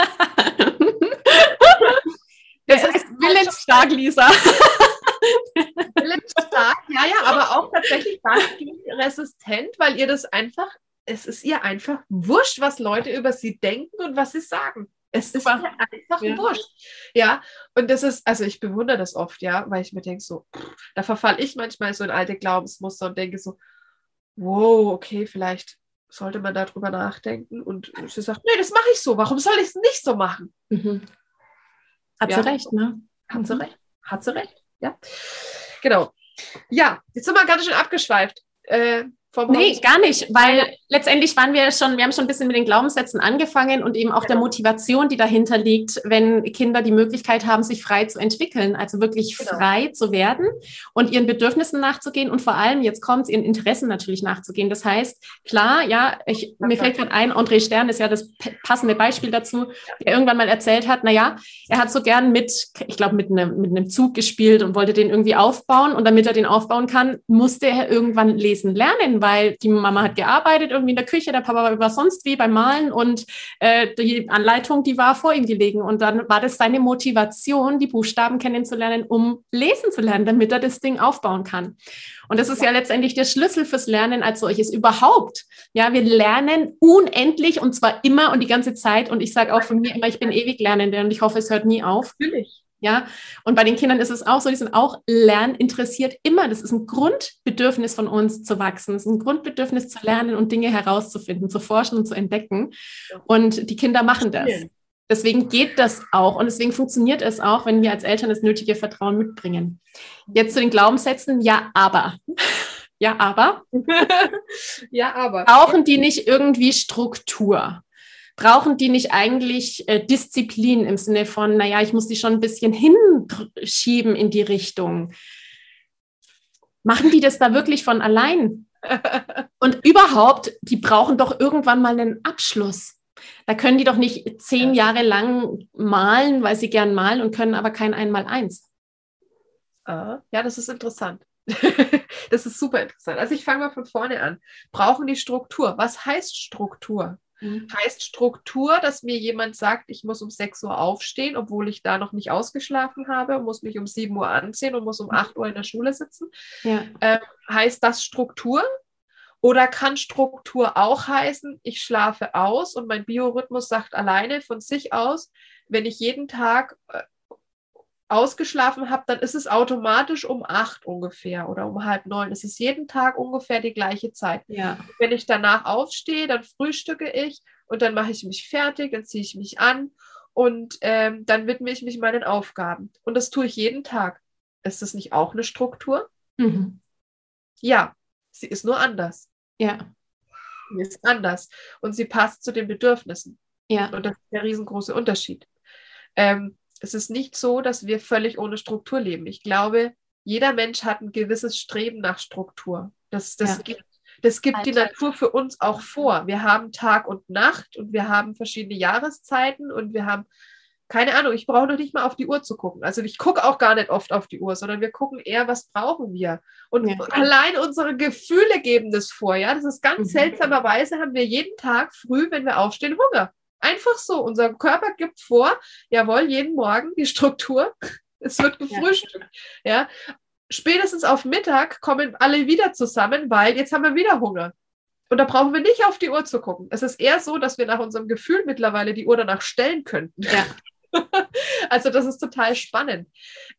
Das heißt willensstark, Lisa. Willensstark, aber auch tatsächlich resistent, weil ihr das einfach, es ist ihr einfach wurscht, was Leute über sie denken und was sie sagen. Es ist ihr einfach wurscht. Ja, und das ist, also ich bewundere das oft, weil ich mir denke so, da verfalle ich manchmal so in alte Glaubensmuster und denke so, wow, okay, vielleicht sollte man darüber nachdenken und sie sagt, nee, das mache ich so, warum soll ich es nicht so machen? Hat sie recht, ne? Hat sie recht, ja. Genau. Ja, jetzt sind wir ganz schön abgeschweift. Nee, gar nicht, weil letztendlich wir haben schon ein bisschen mit den Glaubenssätzen angefangen und eben auch der Motivation, die dahinter liegt, wenn Kinder die Möglichkeit haben, sich frei zu entwickeln, also wirklich frei zu werden und ihren Bedürfnissen nachzugehen und vor allem, jetzt kommt's, ihren Interessen natürlich nachzugehen. Das heißt, klar, mir fällt gerade ein, André Stern ist ja das passende Beispiel dazu, der irgendwann mal erzählt hat, er hat so gern mit einem Zug gespielt und wollte den irgendwie aufbauen und damit er den aufbauen kann, musste er irgendwann lesen lernen, weil die Mama hat gearbeitet, irgendwie in der Küche, der Papa war sonst wie beim Malen und die Anleitung, die war vor ihm gelegen. Und dann war das seine Motivation, die Buchstaben kennenzulernen, um lesen zu lernen, damit er das Ding aufbauen kann. Und das ist ja letztendlich der Schlüssel fürs Lernen als solches überhaupt. Ja, wir lernen unendlich und zwar immer und die ganze Zeit. Und ich sage auch von mir immer, ich bin ewig Lernende und ich hoffe, es hört nie auf. Natürlich. Ja, und bei den Kindern ist es auch so, die sind auch lerninteressiert immer. Das ist ein Grundbedürfnis von uns zu wachsen. Es ist ein Grundbedürfnis zu lernen und Dinge herauszufinden, zu forschen und zu entdecken. Und die Kinder machen das. Deswegen geht das auch und deswegen funktioniert es auch, wenn wir als Eltern das nötige Vertrauen mitbringen. Jetzt zu den Glaubenssätzen, ja, aber. Ja, aber. Ja, aber. Brauchen die nicht irgendwie Struktur? Brauchen die nicht eigentlich Disziplin im Sinne von, ich muss die schon ein bisschen hinschieben in die Richtung? Machen die das da wirklich von allein? Und überhaupt, die brauchen doch irgendwann mal einen Abschluss. Da können die doch nicht 10 Jahre lang malen, weil sie gern malen und können aber kein Einmaleins. Ja, das ist interessant. Das ist super interessant. Also ich fange mal von vorne an. Brauchen die Struktur? Was heißt Struktur? Heißt Struktur, dass mir jemand sagt, ich muss um 6 Uhr aufstehen, obwohl ich da noch nicht ausgeschlafen habe, muss mich um 7 Uhr anziehen und muss um 8 Uhr in der Schule sitzen? Ja. Heißt das Struktur? Oder kann Struktur auch heißen, ich schlafe aus und mein Biorhythmus sagt alleine von sich aus, wenn ich jeden Tag ausgeschlafen habe, dann ist es automatisch um 8 ungefähr oder um 8:30. Es ist jeden Tag ungefähr die gleiche Zeit. Ja. Wenn ich danach aufstehe, dann frühstücke ich und dann mache ich mich fertig, dann ziehe ich mich an und dann widme ich mich meinen Aufgaben. Und das tue ich jeden Tag. Ist das nicht auch eine Struktur? Mhm. Ja, sie ist nur anders. Ja. Sie ist anders und sie passt zu den Bedürfnissen. Ja. Und das ist der riesengroße Unterschied. Es ist nicht so, dass wir völlig ohne Struktur leben. Ich glaube, jeder Mensch hat ein gewisses Streben nach Struktur. Das gibt die Natur für uns auch vor. Wir haben Tag und Nacht und wir haben verschiedene Jahreszeiten und wir haben, keine Ahnung, ich brauche noch nicht mal auf die Uhr zu gucken. Also ich gucke auch gar nicht oft auf die Uhr, sondern wir gucken eher, was brauchen wir. Und allein unsere Gefühle geben das vor. Ja? Das ist ganz seltsamerweise, haben wir jeden Tag früh, wenn wir aufstehen, Hunger. Einfach so. Unser Körper gibt vor, jawohl, jeden Morgen die Struktur. Es wird gefrühstückt. Ja. Spätestens auf Mittag kommen alle wieder zusammen, weil jetzt haben wir wieder Hunger. Und da brauchen wir nicht auf die Uhr zu gucken. Es ist eher so, dass wir nach unserem Gefühl mittlerweile die Uhr danach stellen könnten. Ja. Also das ist total spannend.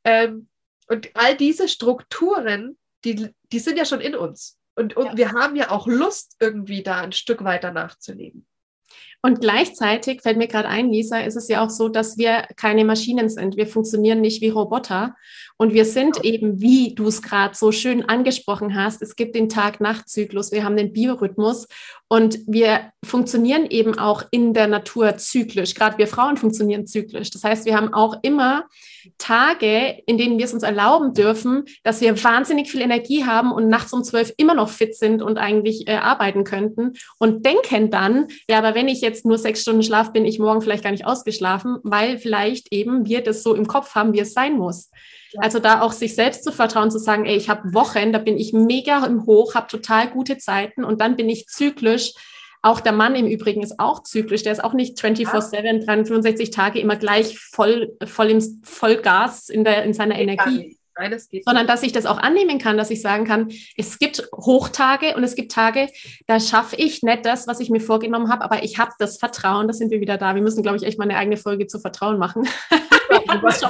Und all diese Strukturen, die sind ja schon in uns. Und wir haben ja auch Lust, irgendwie da ein Stück weiter nachzuleben. Und gleichzeitig fällt mir gerade ein, Lisa, ist es ja auch so, dass wir keine Maschinen sind. Wir funktionieren nicht wie Roboter. Und wir sind eben, wie du es gerade so schön angesprochen hast, es gibt den Tag-Nacht-Zyklus, wir haben den Biorhythmus und wir funktionieren eben auch in der Natur zyklisch. Gerade wir Frauen funktionieren zyklisch. Das heißt, wir haben auch immer Tage, in denen wir es uns erlauben dürfen, dass wir wahnsinnig viel Energie haben und nachts um 12 immer noch fit sind und eigentlich arbeiten könnten und denken dann, ja, aber wenn ich jetzt nur 6 Stunden Schlaf bin, ich morgen vielleicht gar nicht ausgeschlafen, weil vielleicht eben wir das so im Kopf haben, wie es sein muss. Ja. Also da auch sich selbst zu vertrauen, zu sagen, ey, ich habe Wochen, da bin ich mega im Hoch, habe total gute Zeiten und dann bin ich zyklisch. Auch der Mann im Übrigen ist auch zyklisch, der ist auch nicht 24/7, 365 Tage immer gleich Vollgas in seiner Energie. Nein, sondern dass ich das auch annehmen kann, dass ich sagen kann, es gibt Hochtage und es gibt Tage, da schaffe ich nicht das, was ich mir vorgenommen habe, aber ich habe das Vertrauen, da sind wir wieder da. Wir müssen, glaube ich, echt mal eine eigene Folge zu Vertrauen machen. Ich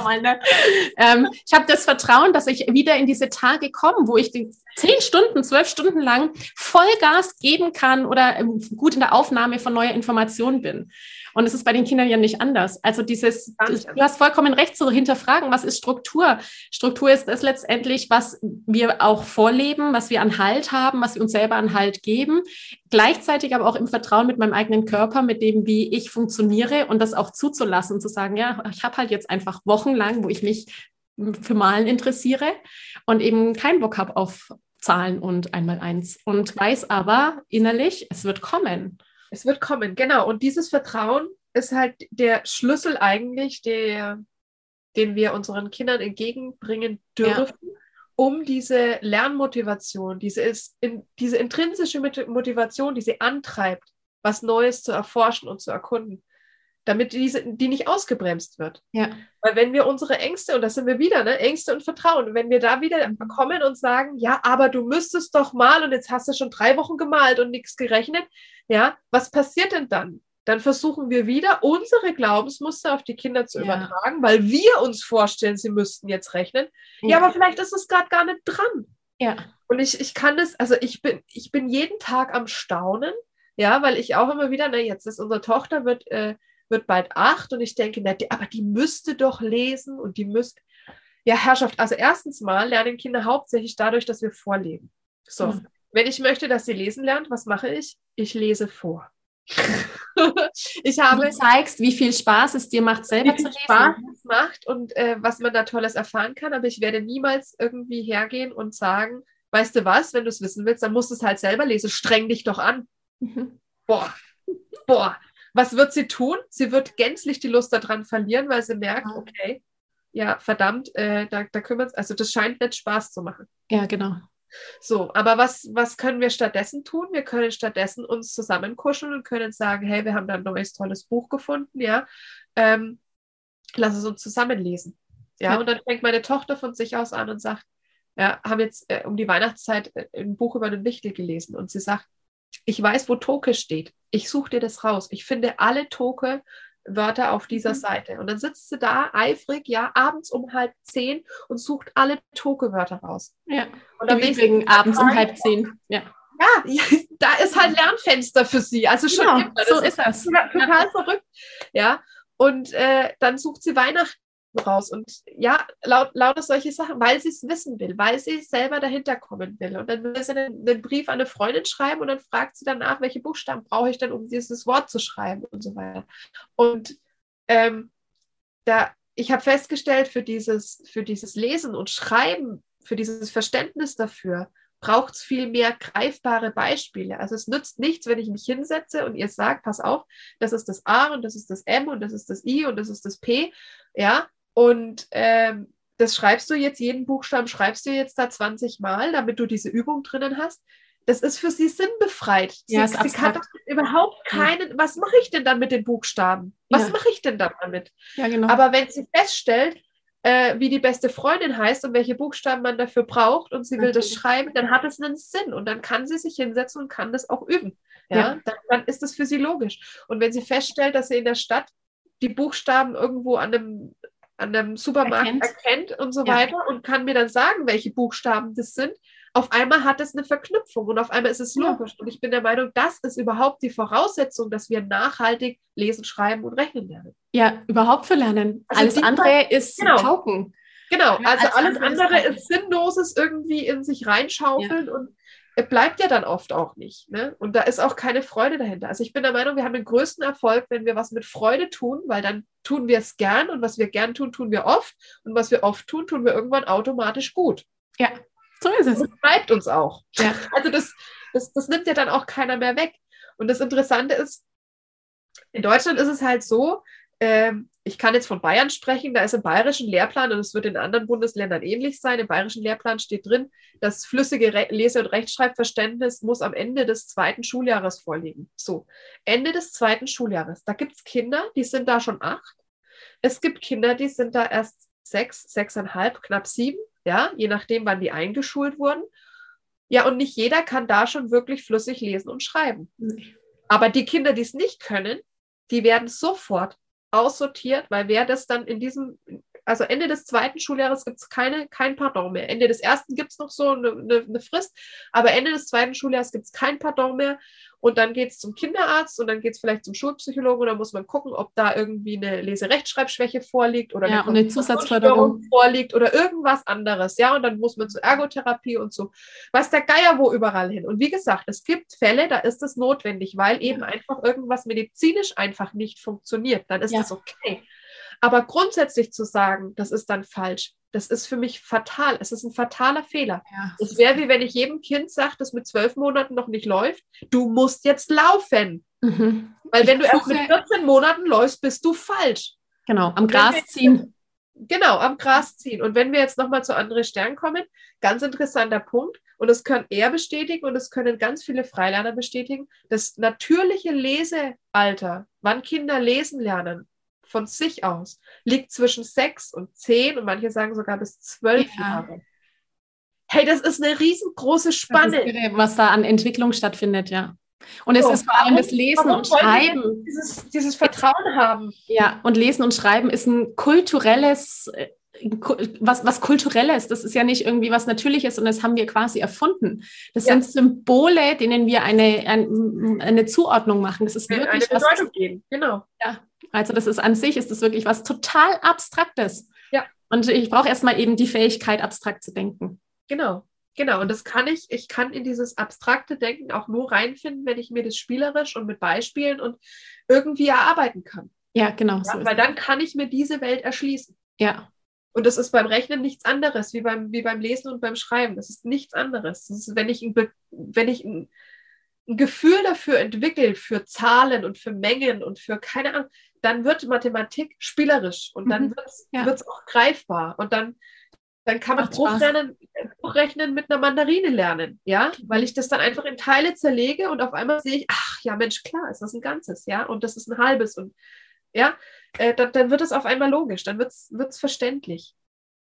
habe das Vertrauen, dass ich wieder in diese Tage komme, wo ich 10 Stunden, 12 Stunden lang Vollgas geben kann oder gut in der Aufnahme von neuer Information bin. Und es ist bei den Kindern ja nicht anders. Also du hast vollkommen recht zu hinterfragen, was ist Struktur? Struktur ist das letztendlich, was wir auch vorleben, was wir an Halt haben, was wir uns selber an Halt geben. Gleichzeitig aber auch im Vertrauen mit meinem eigenen Körper, mit dem, wie ich funktioniere und das auch zuzulassen, zu sagen, ja, ich habe halt jetzt einfach wochenlang, wo ich mich für Malen interessiere und eben keinen Bock habe auf Zahlen und 1x1 und weiß aber innerlich, es wird kommen. Es wird kommen, genau. Und dieses Vertrauen ist halt der Schlüssel eigentlich, den wir unseren Kindern entgegenbringen dürfen, um diese Lernmotivation, diese intrinsische Motivation, die sie antreibt, was Neues zu erforschen und zu erkunden, damit die nicht ausgebremst wird. Ja. Weil wenn wir unsere Ängste, und das sind wir wieder, ne, Ängste und Vertrauen, wenn wir da wieder kommen und sagen, ja, aber du müsstest doch mal und jetzt hast du schon 3 Wochen gemalt und nichts gerechnet, ja, was passiert denn dann? Dann versuchen wir wieder, unsere Glaubensmuster auf die Kinder zu übertragen, weil wir uns vorstellen, sie müssten jetzt rechnen. Ja, aber vielleicht ist es gerade gar nicht dran. Ja. Und ich kann das, also ich bin jeden Tag am Staunen, ja, weil ich auch immer wieder, jetzt ist unsere Tochter, wird bald 8 und ich denke, aber die müsste doch lesen und die müsste, ja, Herrschaft, also erstens mal lernen Kinder hauptsächlich dadurch, dass wir vorleben. So, wenn ich möchte, dass sie lesen lernt, was mache ich? Ich lese vor. Du zeigst, wie viel Spaß es dir macht, selber zu lesen. Wie viel Spaß es macht und was man da Tolles erfahren kann, aber ich werde niemals irgendwie hergehen und sagen, weißt du was, wenn du es wissen willst, dann musst du es halt selber lesen, streng dich doch an. Boah. Was wird sie tun? Sie wird gänzlich die Lust daran verlieren, weil sie merkt, okay, ja, verdammt, da kümmert es, also das scheint nicht Spaß zu machen. Ja, genau. So, aber was können wir stattdessen tun? Wir können stattdessen uns zusammenkuscheln und können sagen, hey, wir haben da ein neues, tolles Buch gefunden, ja, lass es uns zusammen lesen. Ja, und dann fängt meine Tochter von sich aus an und sagt, ja, haben jetzt um die Weihnachtszeit ein Buch über den Wichtel gelesen und sie sagt, ich weiß, wo Toke steht. Ich suche dir das raus. Ich finde alle Toke-Wörter auf dieser Seite. Und dann sitzt sie da eifrig, ja, abends um 9:30 und sucht alle Toke-Wörter raus. Ja, und im Übrigen abends um 9:30. Ja. Ja, da ist halt Lernfenster für sie. Also schon genau, immer. So ist das. Total verrückt. Ja, Und dann sucht sie Weihnachten raus. Und ja, lauter solche Sachen, weil sie es wissen will, weil sie selber dahinter kommen will. Und dann will sie einen Brief an eine Freundin schreiben und dann fragt sie danach, welche Buchstaben brauche ich denn, um dieses Wort zu schreiben und so weiter. Und ich habe festgestellt, für dieses Lesen und Schreiben, für dieses Verständnis dafür, braucht es viel mehr greifbare Beispiele. Also es nützt nichts, wenn ich mich hinsetze und ihr sagt, pass auf, das ist das A und das ist das M und das ist das I und das ist das P, ja, und das schreibst du jetzt, jeden Buchstaben schreibst du jetzt da 20 Mal, damit du diese Übung drinnen hast. Das ist für sie sinnbefreit. Ja, sie kann überhaupt keinen, was mache ich denn dann mit den Buchstaben? Was mache ich denn dann damit? Ja, genau. Aber wenn sie feststellt, wie die beste Freundin heißt und welche Buchstaben man dafür braucht und sie will das schreiben, dann hat es einen Sinn und dann kann sie sich hinsetzen und kann das auch üben. Ja? Dann ist das für sie logisch. Und wenn sie feststellt, dass sie in der Stadt die Buchstaben irgendwo an einem Supermarkt erkennt und so weiter und kann mir dann sagen, welche Buchstaben das sind, auf einmal hat es eine Verknüpfung und auf einmal ist es logisch. Und ich bin der Meinung, das ist überhaupt die Voraussetzung, dass wir nachhaltig lesen, schreiben und rechnen lernen. Ja, überhaupt für Lernen. Also alles andere ist Pauken. Genau, also alles andere ist Sinnloses irgendwie in sich reinschaufeln und bleibt ja dann oft auch nicht. Ne? Und da ist auch keine Freude dahinter. Also ich bin der Meinung, wir haben den größten Erfolg, wenn wir was mit Freude tun, weil dann tun wir es gern und was wir gern tun, tun wir oft und was wir oft tun, tun wir irgendwann automatisch gut. Ja, so ist es. Und das bleibt uns auch. Ja. Also das nimmt ja dann auch keiner mehr weg. Und das Interessante ist, in Deutschland ist es halt so, ich kann jetzt von Bayern sprechen, da ist im bayerischen Lehrplan, und es wird in anderen Bundesländern ähnlich sein, im bayerischen Lehrplan steht drin, das flüssige Lese- und Rechtschreibverständnis muss am Ende des 2. Schuljahres vorliegen. So, Ende des 2. Schuljahres. Da gibt es Kinder, die sind da schon 8. Es gibt Kinder, die sind da erst 6, 6,5, knapp 7, ja, je nachdem, wann die eingeschult wurden. Ja, und nicht jeder kann da schon wirklich flüssig lesen und schreiben. Aber die Kinder, die es nicht können, die werden sofort aussortiert, weil wer das dann also Ende des 2. Schuljahres gibt es kein Pardon mehr. Ende des 1. gibt es noch so eine Frist, aber Ende des 2. Schuljahres gibt es kein Pardon mehr und dann geht es zum Kinderarzt und dann geht es vielleicht zum Schulpsychologen und dann muss man gucken, ob da irgendwie eine Lese-Rechtschreibschwäche vorliegt oder eine Zusatzförderung vorliegt oder irgendwas anderes, ja, und dann muss man zur Ergotherapie und so, weiß der Geier wo überall hin. Und wie gesagt, es gibt Fälle, da ist es notwendig, weil eben einfach irgendwas medizinisch einfach nicht funktioniert, dann ist das okay. Aber grundsätzlich zu sagen, das ist dann falsch, das ist für mich fatal. Es ist ein fataler Fehler. Es wäre wie wenn ich jedem Kind sage, das mit 12 Monaten noch nicht läuft, du musst jetzt laufen. Weil wenn du erst mit 14 Monaten läufst, bist du falsch. Genau, am Gras ziehen. Genau, am Gras ziehen. Und wenn wir jetzt nochmal zu André Stern kommen, ganz interessanter Punkt, und das kann er bestätigen und das können ganz viele Freilerner bestätigen, das natürliche Lesealter, wann Kinder lesen lernen, von sich aus, liegt zwischen 6 und 10 und manche sagen sogar bis 12 Jahre. Hey, das ist eine riesengroße Spanne. Das ist irre, was da an Entwicklung stattfindet, ja. Und es ist vor allem das Lesen und Schreiben. Dieses Vertrauen haben. Ja, und Lesen und Schreiben ist ein kulturelles, was Kulturelles. Das ist ja nicht irgendwie was Natürliches und das haben wir quasi erfunden. Das sind Symbole, denen wir eine Zuordnung machen. Das ist wirklich eine Bedeutung geben. Genau. Ja. Also das ist an sich, ist das wirklich was total Abstraktes. Ja. Und ich brauche erstmal eben die Fähigkeit, abstrakt zu denken. Genau. Und das kann ich kann in dieses abstrakte Denken auch nur reinfinden, wenn ich mir das spielerisch und mit Beispielen und irgendwie erarbeiten kann. Ja, genau. Ja, so weil dann kann ich mir diese Welt erschließen. Ja. Und das ist beim Rechnen nichts anderes, wie beim Lesen und beim Schreiben. Das ist nichts anderes. Das ist, wenn ich ein Gefühl dafür entwickle, für Zahlen und für Mengen und für keine Ahnung, dann wird Mathematik spielerisch und dann wird es auch greifbar. Und dann kann man Bruchrechnen mit einer Mandarine lernen, ja, weil ich das dann einfach in Teile zerlege und auf einmal sehe ich, ach ja, Mensch, klar, ist das ein Ganzes, ja, und das ist ein halbes und ja, dann wird es auf einmal logisch, dann wird's verständlich.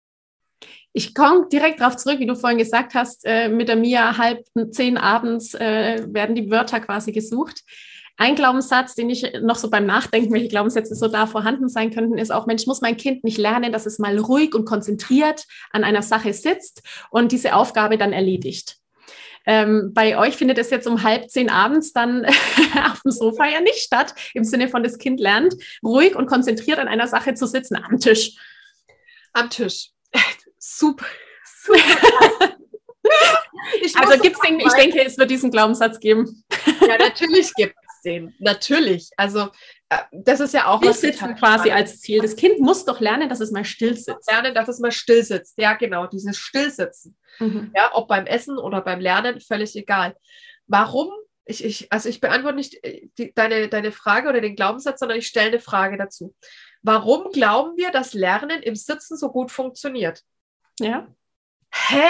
Ich komme direkt darauf zurück, wie du vorhin gesagt hast, mit der Mia 9:30 abends werden die Wörter quasi gesucht. Ein Glaubenssatz, den ich noch so beim Nachdenken, welche Glaubenssätze so da vorhanden sein könnten, ist auch, Mensch, muss mein Kind nicht lernen, dass es mal ruhig und konzentriert an einer Sache sitzt und diese Aufgabe dann erledigt. Bei euch findet es jetzt um 9:30 abends dann auf dem Sofa ja nicht statt, im Sinne von, das Kind lernt, ruhig und konzentriert an einer Sache zu sitzen am Tisch. Am Tisch. Super. Super. Also gibt's den, ich denke, es wird diesen Glaubenssatz geben. Ja, natürlich gibt es den. Natürlich. Also das ist ja auch was sitzen quasi als Ziel. Das Kind muss doch lernen, dass es mal still sitzt. Lernen, dass es mal still sitzt. Ja, genau, dieses Stillsitzen. Ja, ob beim Essen oder beim Lernen, völlig egal. Warum? Ich beantworte nicht deine Frage oder den Glaubenssatz, sondern ich stelle eine Frage dazu. Warum glauben wir, dass Lernen im Sitzen so gut funktioniert? Ja. Hä?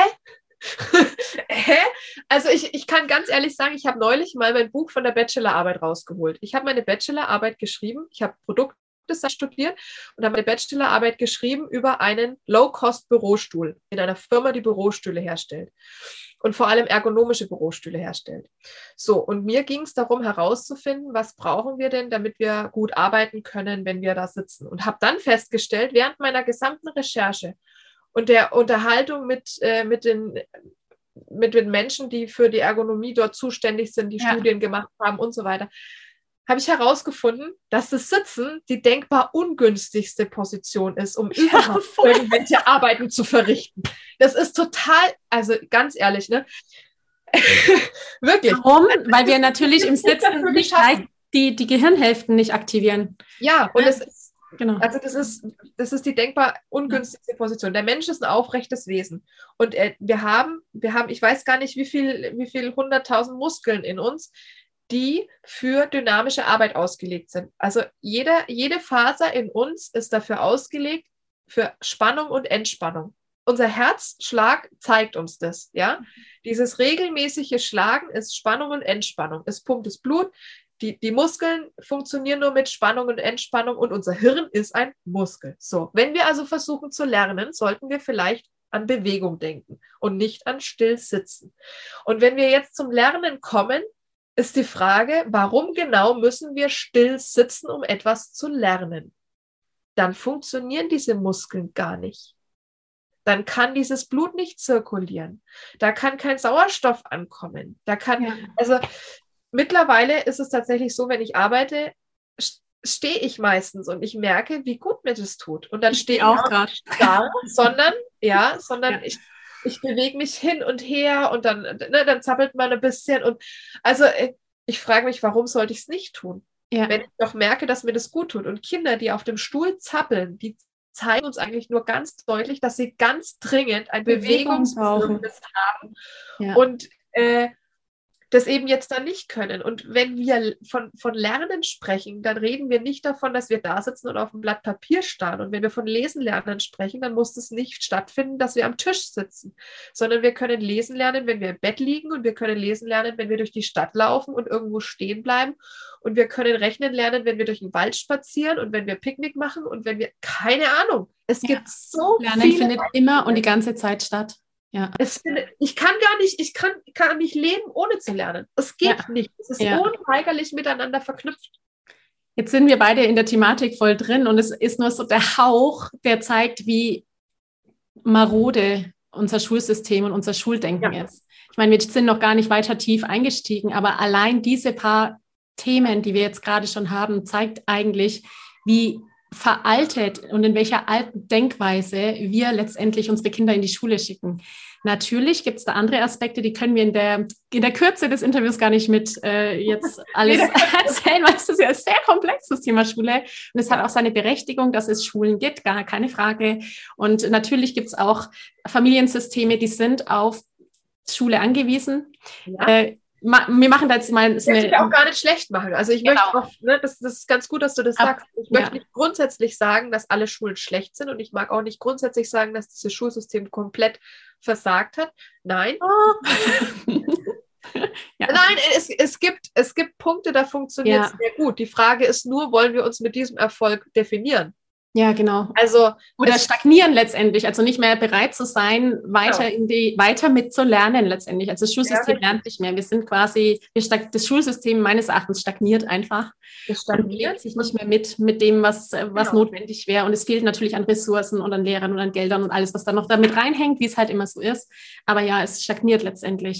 Hä? Also ich kann ganz ehrlich sagen, ich habe neulich mal mein Buch von der Bachelorarbeit rausgeholt. Ich habe meine Bachelorarbeit geschrieben, ich habe Produktdesign studiert und habe meine Bachelorarbeit geschrieben über einen Low-Cost-Bürostuhl in einer Firma, die Bürostühle herstellt und vor allem ergonomische Bürostühle herstellt. So, und mir ging es darum herauszufinden, was brauchen wir denn, damit wir gut arbeiten können, wenn wir da sitzen. Und habe dann festgestellt, während meiner gesamten Recherche und der Unterhaltung mit den Menschen, die für die Ergonomie dort zuständig sind, die Studien gemacht haben und so weiter, habe ich herausgefunden, dass das Sitzen die denkbar ungünstigste Position ist, um überhaupt irgendwelche Arbeiten zu verrichten. Das ist total, also ganz ehrlich, ne? Wirklich. Warum? Weil wir natürlich im Sitzen nicht die Gehirnhälften nicht aktivieren. Ja, und es ist genau. Also das ist die denkbar ungünstigste Position. Der Mensch ist ein aufrechtes Wesen. Und wir haben, ich weiß gar nicht, wie viel 100.000 Muskeln in uns, die für dynamische Arbeit ausgelegt sind. Also jede Faser in uns ist dafür ausgelegt, für Spannung und Entspannung. Unser Herzschlag zeigt uns das, ja. Dieses regelmäßige Schlagen ist Spannung und Entspannung. Es pumpt das Blut. Die Muskeln funktionieren nur mit Spannung und Entspannung und unser Hirn ist ein Muskel. So, wenn wir also versuchen zu lernen, sollten wir vielleicht an Bewegung denken und nicht an Stillsitzen. Und wenn wir jetzt zum Lernen kommen, ist die Frage, warum genau müssen wir still sitzen, um etwas zu lernen? Dann funktionieren diese Muskeln gar nicht. Dann kann dieses Blut nicht zirkulieren. Da kann kein Sauerstoff ankommen. Also mittlerweile ist es tatsächlich so, wenn ich arbeite, stehe ich meistens und ich merke, wie gut mir das tut. Und dann stehe ich auch gerade da, sondern ich bewege mich hin und her und dann zappelt man ein bisschen. Und also ich frage mich, warum sollte ich es nicht tun? Ja. Wenn ich doch merke, dass mir das gut tut. Und Kinder, die auf dem Stuhl zappeln, die zeigen uns eigentlich nur ganz deutlich, dass sie ganz dringend ein Bewegungsbedürfnis haben. Ja. Und das eben jetzt dann nicht können. Und wenn wir von Lernen sprechen, dann reden wir nicht davon, dass wir da sitzen und auf einem Blatt Papier starren. Und wenn wir von Lesen lernen sprechen, dann muss das nicht stattfinden, dass wir am Tisch sitzen, sondern wir können lesen lernen, wenn wir im Bett liegen und wir können lesen lernen, wenn wir durch die Stadt laufen und irgendwo stehen bleiben und wir können rechnen lernen, wenn wir durch den Wald spazieren und wenn wir Picknick machen und wenn wir, keine Ahnung, es gibt so Lernen viele findet immer und die ganze Zeit statt. Ja. Ich kann nicht leben, ohne zu lernen. Es geht nicht. Es ist unweigerlich miteinander verknüpft. Jetzt sind wir beide in der Thematik voll drin und es ist nur so der Hauch, der zeigt, wie marode unser Schulsystem und unser Schuldenken ist. Ich meine, wir sind noch gar nicht weiter tief eingestiegen, aber allein diese paar Themen, die wir jetzt gerade schon haben, zeigt eigentlich, wie veraltet und in welcher alten Denkweise wir letztendlich unsere Kinder in die Schule schicken. Natürlich gibt es da andere Aspekte, die können wir in der Kürze des Interviews gar nicht mit jetzt alles erzählen, weil es ist ja ein sehr komplexes Thema Schule und es hat auch seine Berechtigung, dass es Schulen gibt, gar keine Frage. Und natürlich gibt es auch Familiensysteme, die sind auf Schule angewiesen. Ja. Wir machen da jetzt mal... Das möchte ich auch gar nicht schlecht machen. Also ich möchte auch, das ist ganz gut, dass du das sagst. Ich möchte nicht grundsätzlich sagen, dass alle Schulen schlecht sind und ich mag auch nicht grundsätzlich sagen, dass dieses Schulsystem komplett versagt hat. Nein. Nein, es gibt Punkte, da funktioniert es sehr gut. Die Frage ist nur, wollen wir uns mit diesem Erfolg definieren? Ja, genau. Also, oder stagnieren letztendlich, also nicht mehr bereit zu sein, weiter mitzulernen letztendlich. Also das Schulsystem lernt nicht mehr. Wir sind quasi, das Schulsystem meines Erachtens stagniert einfach. Es stagniert sich nicht mehr mit dem, was notwendig wäre. Und es fehlt natürlich an Ressourcen und an Lehrern und an Geldern und alles, was da noch damit reinhängt, wie es halt immer so ist. Aber ja, es stagniert letztendlich.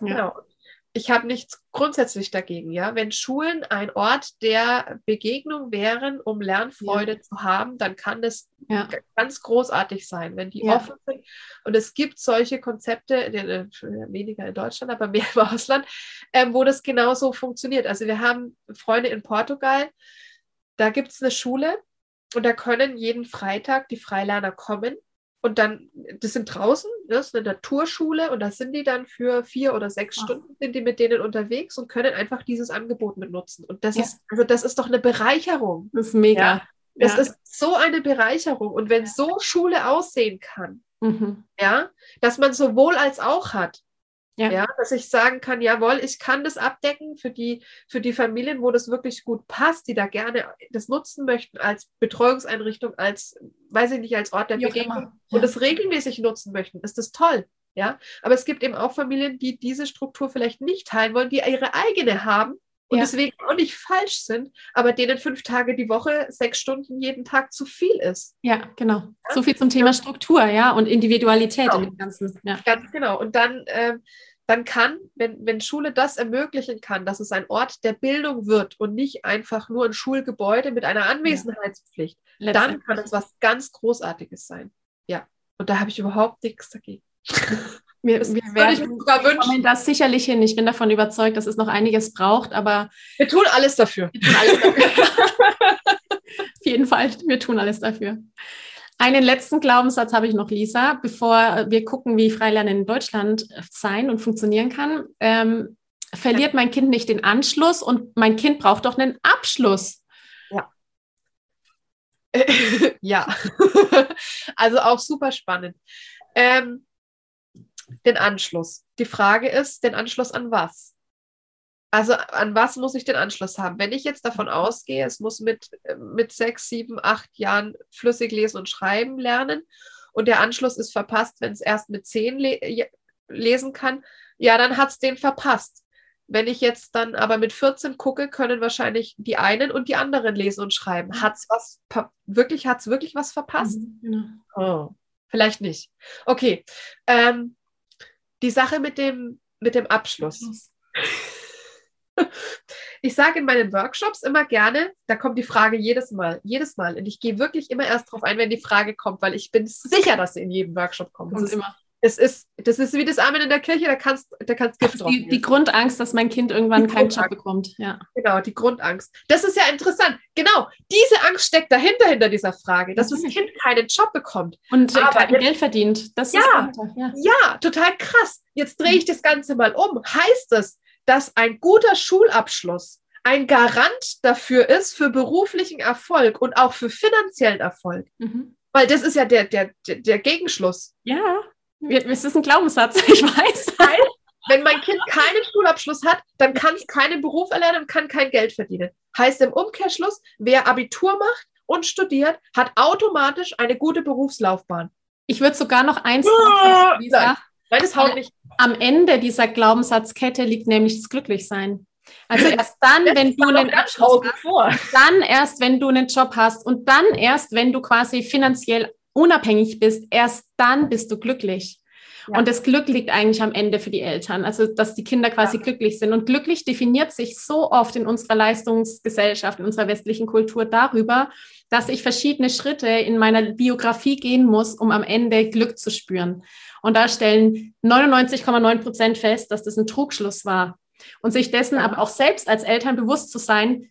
Genau. Ich habe nichts grundsätzlich dagegen, ja. Wenn Schulen ein Ort der Begegnung wären, um Lernfreude zu haben, dann kann das ganz großartig sein, wenn die offen sind. Und es gibt solche Konzepte, weniger in Deutschland, aber mehr im Ausland, wo das genauso funktioniert. Also wir haben Freunde in Portugal, da gibt es eine Schule und da können jeden Freitag die Freilerner kommen. Und dann, das sind draußen, das ist eine Naturschule und da sind die dann für 4 oder 6 Stunden, sind die mit denen unterwegs und können einfach dieses Angebot mitnutzen. Und das ist doch eine Bereicherung. Das ist mega. Ja? Das ist so eine Bereicherung. Und wenn so Schule aussehen kann, ja, dass man sowohl als auch hat, ja, dass ich sagen kann, jawohl, ich kann das abdecken für die Familien, wo das wirklich gut passt, die da gerne das nutzen möchten als Betreuungseinrichtung, als, weiß ich nicht, als Ort der Begegnung und das regelmäßig nutzen möchten, ist das toll. Ja, aber es gibt eben auch Familien, die diese Struktur vielleicht nicht teilen wollen, die ihre eigene haben und deswegen auch nicht falsch sind, aber denen 5 Tage die Woche, 6 Stunden jeden Tag zu viel ist. Ja, genau. Ja? So viel zum Thema Struktur, und Individualität in dem Ganzen. Ja. Ganz genau. Und dann kann, wenn Schule das ermöglichen kann, dass es ein Ort der Bildung wird und nicht einfach nur ein Schulgebäude mit einer Anwesenheitspflicht, dann kann es was ganz Großartiges sein. Ja, und da habe ich überhaupt nichts dagegen. Wir werden das sicherlich hin. Ich bin davon überzeugt, dass es noch einiges braucht, aber wir tun alles dafür. Auf jeden Fall, wir tun alles dafür. Einen letzten Glaubenssatz habe ich noch, Lisa, bevor wir gucken, wie Freilernen in Deutschland sein und funktionieren kann. Verliert mein Kind nicht den Anschluss und mein Kind braucht doch einen Abschluss. Ja, also auch super spannend. Den Anschluss. Die Frage ist, den Anschluss an was? Also an was muss ich den Anschluss haben? Wenn ich jetzt davon ausgehe, es muss mit 6, 7, 8 Jahren flüssig lesen und schreiben lernen und der Anschluss ist verpasst, wenn es erst mit 10 lesen kann, ja, dann hat es den verpasst. Wenn ich jetzt dann aber mit 14 gucke, können wahrscheinlich die einen und die anderen lesen und schreiben. Hat es wirklich was verpasst? Genau. Oh, vielleicht nicht. Okay. Die Sache mit dem Abschluss. Ich sage in meinen Workshops immer gerne, da kommt die Frage jedes Mal. Und ich gehe wirklich immer erst drauf ein, wenn die Frage kommt, weil ich bin sicher, dass sie in jedem Workshop kommt. Das ist wie das Amen in der Kirche, da kannst Gift drauf. Die Grundangst, dass mein Kind irgendwann keinen Job bekommt. Ja. Genau, die Grundangst. Das ist ja interessant. Genau, diese Angst steckt hinter dieser Frage, dass das Kind keinen Job bekommt. Und kein Geld verdient. Das ist ja, total krass. Jetzt drehe ich das Ganze mal um. Heißt es, dass ein guter Schulabschluss ein Garant dafür ist, für beruflichen Erfolg und auch für finanziellen Erfolg? Weil das ist ja der Gegenschluss. Ja. Es ist ein Glaubenssatz, ich weiß. Wenn mein Kind keinen Schulabschluss hat, dann kann es keinen Beruf erlernen und kann kein Geld verdienen. Heißt im Umkehrschluss, wer Abitur macht und studiert, hat automatisch eine gute Berufslaufbahn. Ich würde sogar noch eins sagen, Lisa. Nein, das haut nicht. Am Ende dieser Glaubenssatzkette liegt nämlich das Glücklichsein. Also erst dann, wenn du einen Abschluss hast, dann erst, wenn du einen Job hast und dann erst, wenn du quasi finanziell unabhängig bist, erst dann bist du glücklich. Ja. Und das Glück liegt eigentlich am Ende für die Eltern, also dass die Kinder quasi glücklich sind. Und glücklich definiert sich so oft in unserer Leistungsgesellschaft, in unserer westlichen Kultur darüber, dass ich verschiedene Schritte in meiner Biografie gehen muss, um am Ende Glück zu spüren. Und da stellen 99,9% fest, dass das ein Trugschluss war. Und sich dessen aber auch selbst als Eltern bewusst zu sein,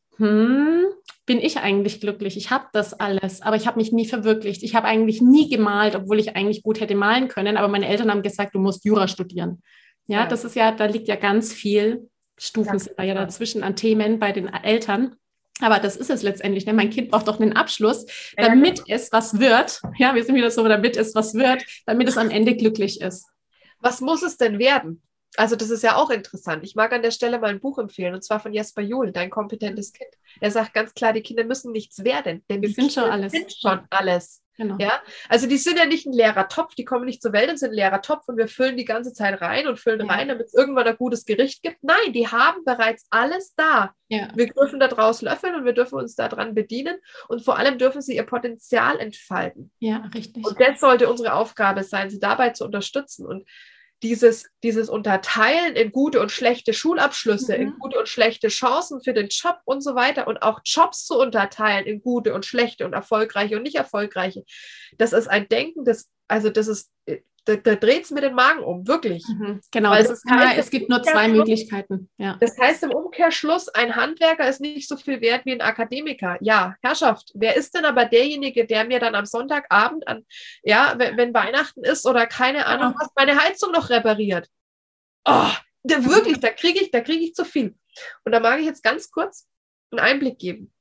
bin ich eigentlich glücklich? Ich habe das alles, aber ich habe mich nie verwirklicht. Ich habe eigentlich nie gemalt, obwohl ich eigentlich gut hätte malen können. Aber meine Eltern haben gesagt, du musst Jura studieren. Ja, das ist da liegt ja ganz viel, Stufen sind da ja dazwischen an Themen bei den Eltern. Aber das ist es letztendlich. Ne? Mein Kind braucht doch einen Abschluss, damit es was wird. Ja, wir sind wieder so, damit es was wird, damit es am Ende glücklich ist. Was muss es denn werden? Also das ist ja auch interessant. Ich mag an der Stelle mal ein Buch empfehlen, und zwar von Jesper Juhl, Dein kompetentes Kind. Er sagt ganz klar, die Kinder müssen nichts werden, denn die sind schon alles. Genau. Ja? Also die sind ja nicht ein leerer Topf, die kommen nicht zur Welt und sind ein leerer Topf und wir füllen die ganze Zeit rein, damit es irgendwann ein gutes Gericht gibt. Nein, die haben bereits alles da. Ja. Wir dürfen daraus löffeln und wir dürfen uns daran bedienen und vor allem dürfen sie ihr Potenzial entfalten. Ja, richtig. Und das sollte unsere Aufgabe sein, sie dabei zu unterstützen. Und dieses Unterteilen in gute und schlechte Schulabschlüsse, in gute und schlechte Chancen für den Job und so weiter und auch Jobs zu unterteilen in gute und schlechte und erfolgreiche und nicht erfolgreiche, das ist ein Denken, da dreht es mir den Magen um, wirklich. Genau, Weil das ist immer, es gibt nur zwei Möglichkeiten. Ja. Das heißt im Umkehrschluss, ein Handwerker ist nicht so viel wert wie ein Akademiker. Ja, Herrschaft, wer ist denn aber derjenige, der mir dann am Sonntagabend, wenn Weihnachten ist oder keine Ahnung was, meine Heizung noch repariert? Oh, wirklich, da kriege ich zu viel. Und da mag ich jetzt ganz kurz einen Einblick geben.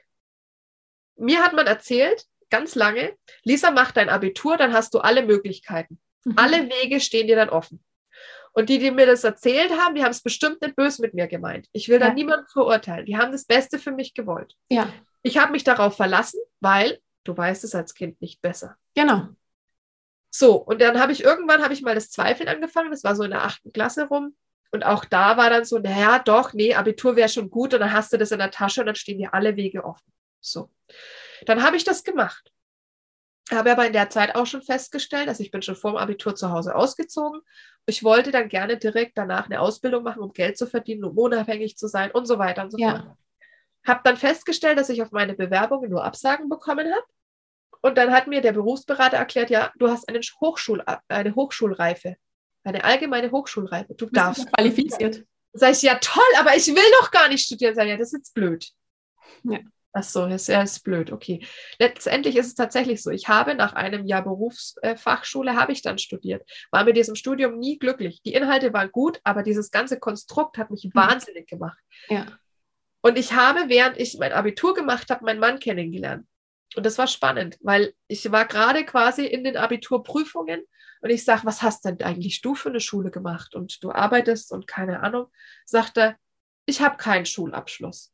Mir hat man erzählt, ganz lange, Lisa, mach dein Abitur, dann hast du alle Möglichkeiten. Alle Wege stehen dir dann offen. Und die mir das erzählt haben, die haben es bestimmt nicht böse mit mir gemeint. Ich will da niemanden verurteilen. Die haben das Beste für mich gewollt. Ja. Ich habe mich darauf verlassen, weil du weißt es als Kind nicht besser. Genau. So, und dann habe ich mal das Zweifeln angefangen. Das war so in der 8. Klasse rum. Und auch da war dann so, naja, doch, nee, Abitur wäre schon gut. Und dann hast du das in der Tasche und dann stehen dir alle Wege offen. So. Dann habe ich das gemacht. Habe aber in der Zeit auch schon festgestellt, dass ich bin schon vor dem Abitur zu Hause ausgezogen. Ich wollte dann gerne direkt danach eine Ausbildung machen, um Geld zu verdienen, um unabhängig zu sein und so weiter und so fort. Habe dann festgestellt, dass ich auf meine Bewerbungen nur Absagen bekommen habe. Und dann hat mir der Berufsberater erklärt, ja, du hast eine Hochschulreife, eine allgemeine Hochschulreife. Du darfst. Qualifiziert. Sag ich, ja toll, aber ich will doch gar nicht studieren. Sag ich, ja, das ist jetzt blöd. Ja. Ach so, das ist blöd, okay. Letztendlich ist es tatsächlich so, ich habe nach einem Jahr Berufsfachschule, habe ich dann studiert, war mit diesem Studium nie glücklich. Die Inhalte waren gut, aber dieses ganze Konstrukt hat mich wahnsinnig gemacht. Ja. Und ich habe, während ich mein Abitur gemacht habe, meinen Mann kennengelernt. Und das war spannend, weil ich war gerade quasi in den Abiturprüfungen und ich sage, was hast denn eigentlich du für eine Schule gemacht? Und du arbeitest und keine Ahnung, sagt er, ich habe keinen Schulabschluss.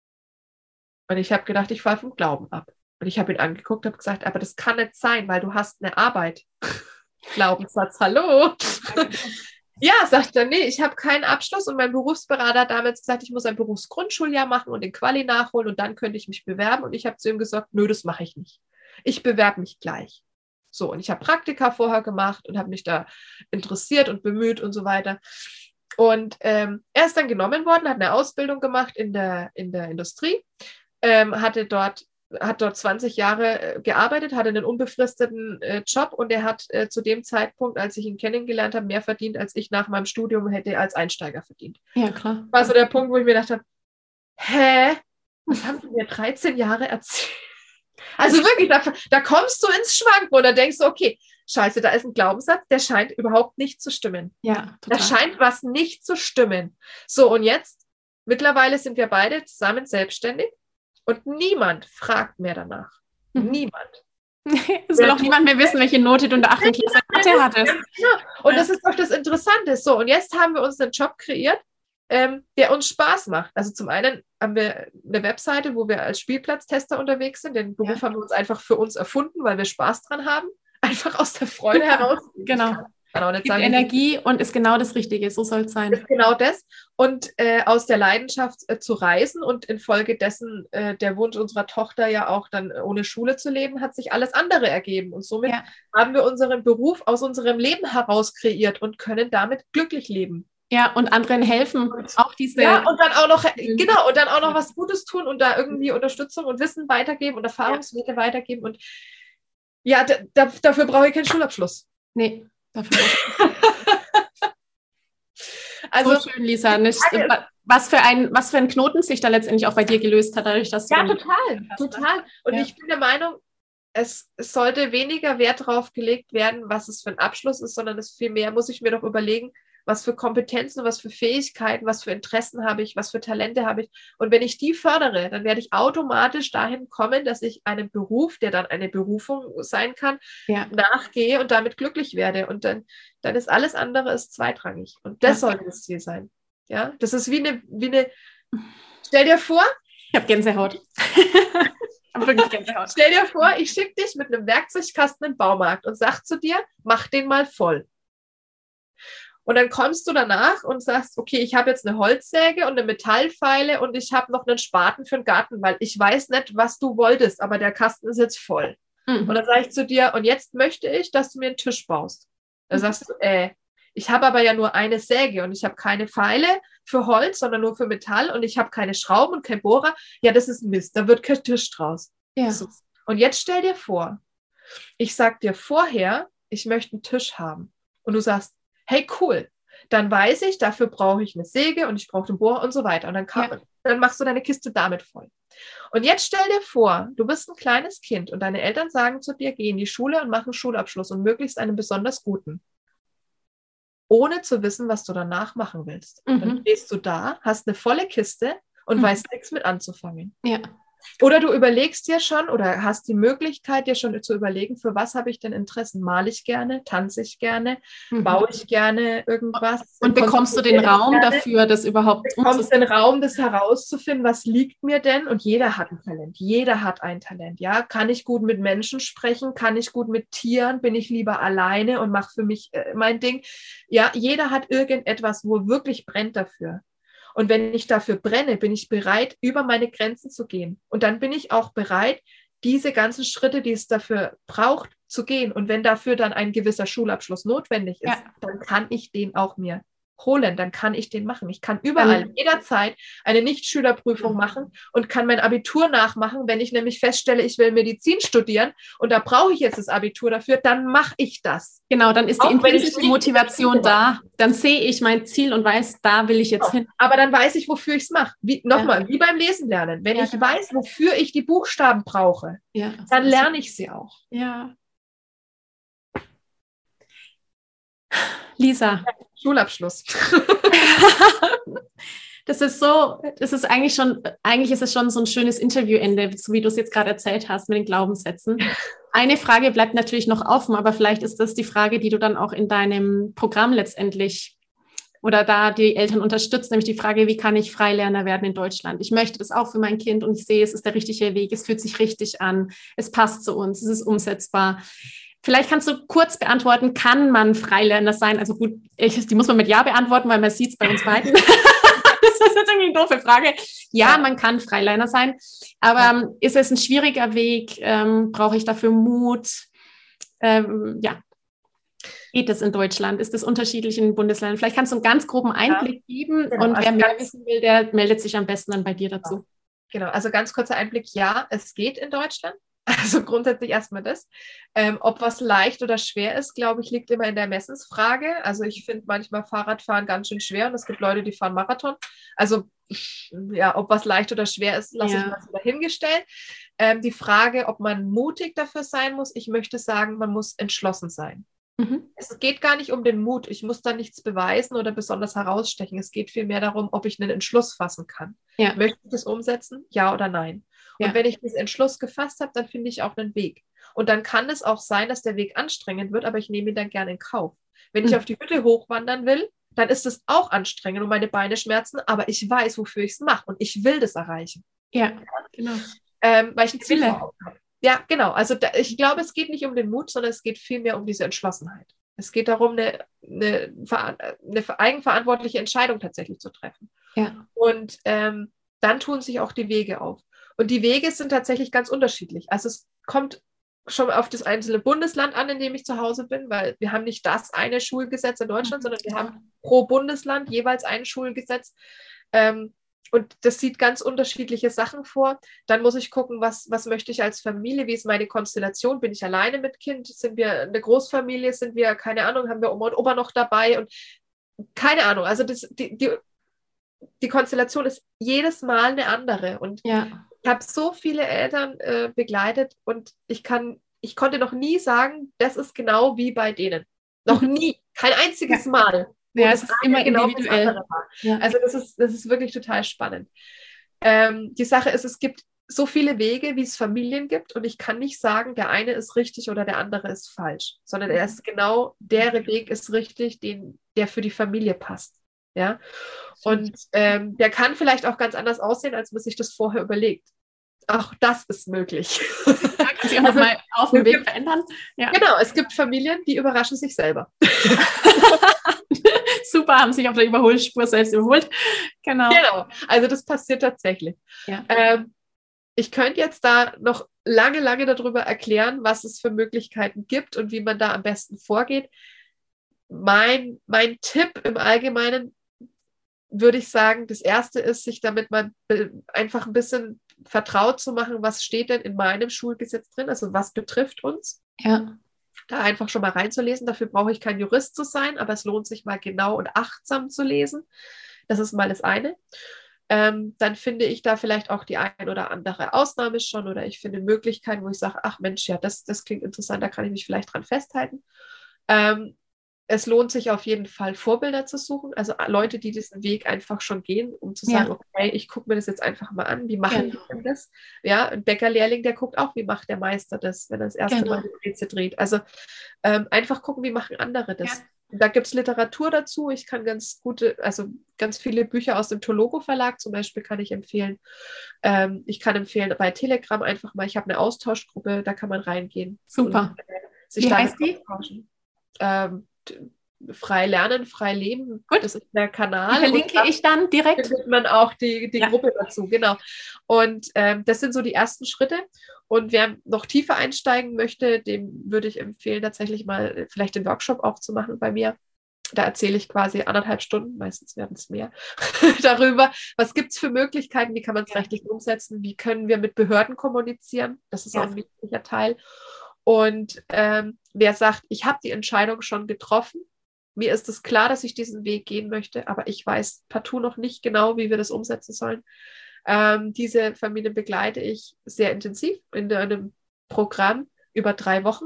Und ich habe gedacht, ich falle vom Glauben ab. Und ich habe ihn angeguckt und habe gesagt, aber das kann nicht sein, weil du hast eine Arbeit. Glaubenssatz, hallo? Ja, sagt er, nee, ich habe keinen Abschluss. Und mein Berufsberater hat damals gesagt, ich muss ein Berufsgrundschuljahr machen und den Quali nachholen und dann könnte ich mich bewerben. Und ich habe zu ihm gesagt, nö, das mache ich nicht. Ich bewerbe mich gleich. So, und ich habe Praktika vorher gemacht und habe mich da interessiert und bemüht und so weiter. Und er ist dann genommen worden, hat eine Ausbildung gemacht in der Industrie. Hat dort 20 Jahre gearbeitet, hatte einen unbefristeten Job und er hat zu dem Zeitpunkt, als ich ihn kennengelernt habe, mehr verdient, als ich nach meinem Studium hätte als Einsteiger verdient. Ja, klar. War so der Punkt, wo ich mir gedacht habe, was haben die mir 13 Jahre erzählt? Also wirklich, da kommst du ins Schwanken oder denkst du, okay, scheiße, da ist ein Glaubenssatz, der scheint überhaupt nicht zu stimmen. Ja, total. Da scheint was nicht zu stimmen. So, und jetzt, mittlerweile sind wir beide zusammen selbstständig. Und niemand fragt mehr danach. Niemand. Es will auch niemand mehr wissen, welche Note du in der 8. Klasse Mathe hattest. Ja. Und das ist doch das Interessante. So, und jetzt haben wir uns einen Job kreiert, der uns Spaß macht. Also zum einen haben wir eine Webseite, wo wir als Spielplatztester unterwegs sind. Den Beruf haben wir uns einfach für uns erfunden, weil wir Spaß dran haben. Einfach aus der Freude heraus. Genau. Gibt Energie und ist genau das Richtige, so soll es sein. Ist genau das. Und aus der Leidenschaft zu reisen und infolgedessen der Wunsch unserer Tochter ja auch dann ohne Schule zu leben, hat sich alles andere ergeben. Und somit haben wir unseren Beruf aus unserem Leben heraus kreiert und können damit glücklich leben. Ja, und anderen helfen. Auch diese. Ja, und dann auch noch, genau, und dann auch noch was Gutes tun und da irgendwie Unterstützung und Wissen weitergeben und Erfahrungswerte weitergeben. Und ja, dafür brauche ich keinen Schulabschluss. Nee. Dafür also so schön, Lisa. Was für ein Knoten sich da letztendlich auch bei dir gelöst hat, dadurch, dass du total. Und ich bin der Meinung, es sollte weniger Wert darauf gelegt werden, was es für ein Abschluss ist, sondern es vielmehr muss ich mir doch überlegen, was für Kompetenzen, was für Fähigkeiten, was für Interessen habe ich, was für Talente habe ich. Und wenn ich die fördere, dann werde ich automatisch dahin kommen, dass ich einem Beruf, der dann eine Berufung sein kann, nachgehe und damit glücklich werde. Und dann ist alles andere ist zweitrangig. Und das sollte das Ziel sein. Ja, das ist wie eine stell dir vor. Ich habe Gänsehaut. Wirklich Gänsehaut. Stell dir vor, ich schicke dich mit einem Werkzeugkasten in den Baumarkt und sag zu dir, mach den mal voll. Und dann kommst du danach und sagst, okay, ich habe jetzt eine Holzsäge und eine Metallfeile und ich habe noch einen Spaten für den Garten, weil ich weiß nicht, was du wolltest, aber der Kasten ist jetzt voll. Und dann sage ich zu dir, und jetzt möchte ich, dass du mir einen Tisch baust. Dann sagst du, Ich habe aber ja nur eine Säge und ich habe keine Pfeile für Holz, sondern nur für Metall und ich habe keine Schrauben und kein Bohrer. Ja, das ist Mist, da wird kein Tisch draus. Ja. So. Und jetzt stell dir vor, ich sag dir vorher, ich möchte einen Tisch haben. Und du sagst, hey, cool, dann weiß ich, dafür brauche ich eine Säge und ich brauche einen Bohrer und so weiter. Und dann machst du deine Kiste damit voll. Und jetzt stell dir vor, du bist ein kleines Kind und deine Eltern sagen zu dir, geh in die Schule und mach einen Schulabschluss und möglichst einen besonders guten. Ohne zu wissen, was du danach machen willst. Dann stehst du da, hast eine volle Kiste und weißt nichts mit anzufangen. Ja. Oder du überlegst dir schon oder hast die Möglichkeit, dir schon zu überlegen, für was habe ich denn Interessen? Male ich gerne? Tanze ich gerne? Baue ich gerne irgendwas? Und bekommst du den Raum dafür, das überhaupt bekommst den Raum, das herauszufinden, was liegt mir denn? Und jeder hat ein Talent. Jeder hat ein Talent, ja. Kann ich gut mit Menschen sprechen? Kann ich gut mit Tieren? Bin ich lieber alleine und mache für mich mein Ding? Ja, jeder hat irgendetwas, wo er wirklich brennt dafür. Und wenn ich dafür brenne, bin ich bereit, über meine Grenzen zu gehen. Und dann bin ich auch bereit, diese ganzen Schritte, die es dafür braucht, zu gehen. Und wenn dafür dann ein gewisser Schulabschluss notwendig ist, dann kann ich den auch mir holen, dann kann ich den machen. Ich kann überall, jederzeit eine Nichtschülerprüfung machen und kann mein Abitur nachmachen. Wenn ich nämlich feststelle, ich will Medizin studieren und da brauche ich jetzt das Abitur dafür, dann mache ich das. Genau, dann ist die intrinsische Motivation da. Dann sehe ich mein Ziel und weiß, da will ich jetzt hin. Aber dann weiß ich, wofür ich es mache. Nochmal, wie beim Lesen lernen. Wenn ich weiß, wofür ich die Buchstaben brauche, dann lerne ich sie auch. Ja. Lisa. Schulabschluss. Das ist eigentlich ist es schon so ein schönes Interviewende, so wie du es jetzt gerade erzählt hast mit den Glaubenssätzen. Eine Frage bleibt natürlich noch offen, aber vielleicht ist das die Frage, die du dann auch in deinem Programm letztendlich oder da die Eltern unterstützt, nämlich die Frage, wie kann ich Freilerner werden in Deutschland? Ich möchte das auch für mein Kind und ich sehe, es ist der richtige Weg, es fühlt sich richtig an, es passt zu uns, es ist umsetzbar. Vielleicht kannst du kurz beantworten, kann man Freilerner sein? Also gut, die muss man mit Ja beantworten, weil man sieht es bei uns beiden. Das ist jetzt irgendwie eine doofe Frage. Ja, man kann Freilerner sein, aber ist es ein schwieriger Weg? Brauche ich dafür Mut? Geht es in Deutschland? Ist es unterschiedlich in den Bundesländern? Vielleicht kannst du einen ganz groben Einblick geben und wer mehr wissen will, der meldet sich am besten dann bei dir dazu. Genau, also ganz kurzer Einblick, ja, es geht in Deutschland. Also grundsätzlich erstmal das. Ob was leicht oder schwer ist, glaube ich, liegt immer in der Ermessensfrage. Also ich finde manchmal Fahrradfahren ganz schön schwer und es gibt Leute, die fahren Marathon. Also ja, ob was leicht oder schwer ist, lasse ich mal so dahingestellt. Die Frage, ob man mutig dafür sein muss, ich möchte sagen, man muss entschlossen sein. Es geht gar nicht um den Mut. Ich muss da nichts beweisen oder besonders herausstechen. Es geht vielmehr darum, ob ich einen Entschluss fassen kann. Ja. Möchte ich das umsetzen? Ja oder nein? Ja. Und wenn ich diesen Entschluss gefasst habe, dann finde ich auch einen Weg. Und dann kann es auch sein, dass der Weg anstrengend wird, aber ich nehme ihn dann gerne in Kauf. Wenn ich auf die Hütte hochwandern will, dann ist es auch anstrengend und meine Beine schmerzen, aber ich weiß, wofür ich es mache und ich will das erreichen. Ja, genau. Weil ich ein Ziel habe. Ja, genau. Also ich glaube, es geht nicht um den Mut, sondern es geht vielmehr um diese Entschlossenheit. Es geht darum, eine eigenverantwortliche Entscheidung tatsächlich zu treffen. Ja. Und dann tun sich auch die Wege auf. Und die Wege sind tatsächlich ganz unterschiedlich. Also es kommt schon auf das einzelne Bundesland an, in dem ich zu Hause bin, weil wir haben nicht das eine Schulgesetz in Deutschland, sondern wir haben pro Bundesland jeweils ein Schulgesetz. Und das sieht ganz unterschiedliche Sachen vor. Dann muss ich gucken, was möchte ich als Familie, wie ist meine Konstellation, bin ich alleine mit Kind, sind wir eine Großfamilie, sind wir, keine Ahnung, haben wir Oma und Opa noch dabei und keine Ahnung, also die Konstellation ist jedes Mal eine andere und ich habe so viele Eltern begleitet und ich konnte noch nie sagen, das ist genau wie bei denen. Noch nie, kein einziges Mal. Ja, es ist immer genau individuell. Ja. Also das ist wirklich total spannend. Die Sache ist, es gibt so viele Wege, wie es Familien gibt und ich kann nicht sagen, der eine ist richtig oder der andere ist falsch, sondern er ist genau, der Weg ist richtig, der für die Familie passt. Ja? Und der kann vielleicht auch ganz anders aussehen, als man sich das vorher überlegt. Auch das ist möglich. Ja, kann sich auch nochmal auf dem Weg verändern. Ja. Genau, es gibt Familien, die überraschen sich selber. Super, haben sich auf der Überholspur selbst überholt. Genau, also das passiert tatsächlich. Ja. Ich könnte jetzt da noch lange darüber erklären, was es für Möglichkeiten gibt und wie man da am besten vorgeht. mein Tipp im Allgemeinen würde ich sagen, das Erste ist, sich damit mal einfach ein bisschen vertraut zu machen, was steht denn in meinem Schulgesetz drin, also was betrifft uns. Ja. Da einfach schon mal reinzulesen. Dafür brauche ich kein Jurist zu sein, aber es lohnt sich mal genau und achtsam zu lesen. Das ist mal das eine. Dann finde ich da vielleicht auch die ein oder andere Ausnahme schon oder ich finde Möglichkeiten, wo ich sage, ach Mensch, ja, das klingt interessant, da kann ich mich vielleicht dran festhalten. Es lohnt sich auf jeden Fall, Vorbilder zu suchen, also Leute, die diesen Weg einfach schon gehen, um zu sagen, okay, ich gucke mir das jetzt einfach mal an, wie machen die denn das? Ja, ein Bäckerlehrling, der guckt auch, wie macht der Meister das, wenn er das erste Mal die Breze dreht. Also einfach gucken, wie machen andere das. Ja. Da gibt es Literatur dazu. Ich kann ganz viele Bücher aus dem Tologo Verlag zum Beispiel kann ich empfehlen. Ich kann empfehlen bei Telegram einfach mal, ich habe eine Austauschgruppe, da kann man reingehen. Super. Und, sich wie heißt die? Frei lernen, frei leben. Gut. Das ist der Kanal. Die verlinke ich dann direkt. Findet man auch die Gruppe dazu, genau. Und das sind so die ersten Schritte. Und wer noch tiefer einsteigen möchte, dem würde ich empfehlen, tatsächlich mal vielleicht den Workshop auch zu machen bei mir. Da erzähle ich quasi 1,5 Stunden, meistens werden es mehr, darüber, was gibt es für Möglichkeiten, wie kann man es rechtlich umsetzen, wie können wir mit Behörden kommunizieren. Das ist auch ein wichtiger Teil. Und wer sagt, ich habe die Entscheidung schon getroffen, mir ist es klar, dass ich diesen Weg gehen möchte, aber ich weiß partout noch nicht genau, wie wir das umsetzen sollen. Diese Familie begleite ich sehr intensiv in einem Programm über 3 Wochen,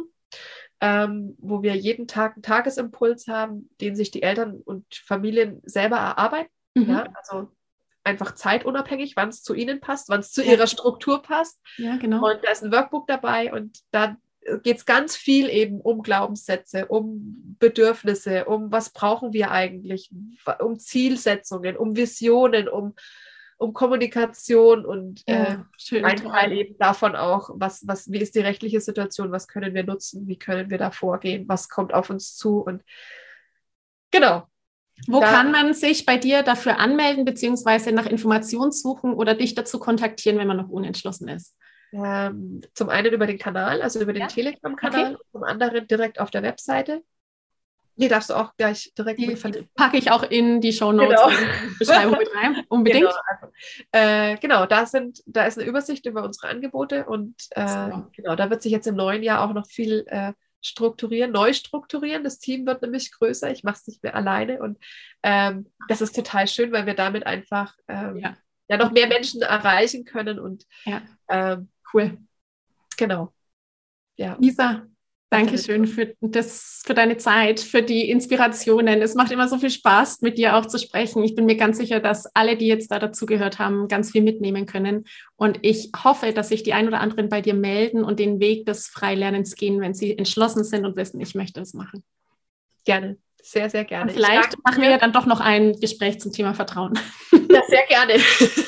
wo wir jeden Tag einen Tagesimpuls haben, den sich die Eltern und Familien selber erarbeiten. Ja, also einfach zeitunabhängig, wann es zu ihnen passt, wann es zu ihrer Struktur passt. Ja, genau. Und da ist ein Workbook dabei und da geht es ganz viel eben um Glaubenssätze, um Bedürfnisse, um was brauchen wir eigentlich, um Zielsetzungen, um Visionen, um Kommunikation und ein Teil eben davon auch, wie ist die rechtliche Situation, was können wir nutzen, wie können wir da vorgehen, was kommt auf uns zu und genau. Wo kann man sich bei dir dafür anmelden, beziehungsweise nach Informationen suchen oder dich dazu kontaktieren, wenn man noch unentschlossen ist? Zum einen über den Kanal, also über den Telegram-Kanal, zum anderen direkt auf der Webseite. Die darfst du auch gleich direkt mit verlinken. Packe ich auch in die Shownotes und die Beschreibung mit rein, unbedingt. Genau, da ist eine Übersicht über unsere Angebote und genau, da wird sich jetzt im neuen Jahr auch noch viel neu strukturieren. Das Team wird nämlich größer, ich mache es nicht mehr alleine und das ist total schön, weil wir damit einfach noch mehr Menschen erreichen können und cool. Genau. Ja. Lisa, danke schön für deine Zeit, für die Inspirationen. Es macht immer so viel Spaß, mit dir auch zu sprechen. Ich bin mir ganz sicher, dass alle, die jetzt da dazugehört haben, ganz viel mitnehmen können. Und ich hoffe, dass sich die ein oder anderen bei dir melden und den Weg des Freilernens gehen, wenn sie entschlossen sind und wissen, ich möchte es machen. Gerne. Sehr, sehr gerne. Und vielleicht machen wir ja dann doch noch ein Gespräch zum Thema Vertrauen. Ja, sehr gerne.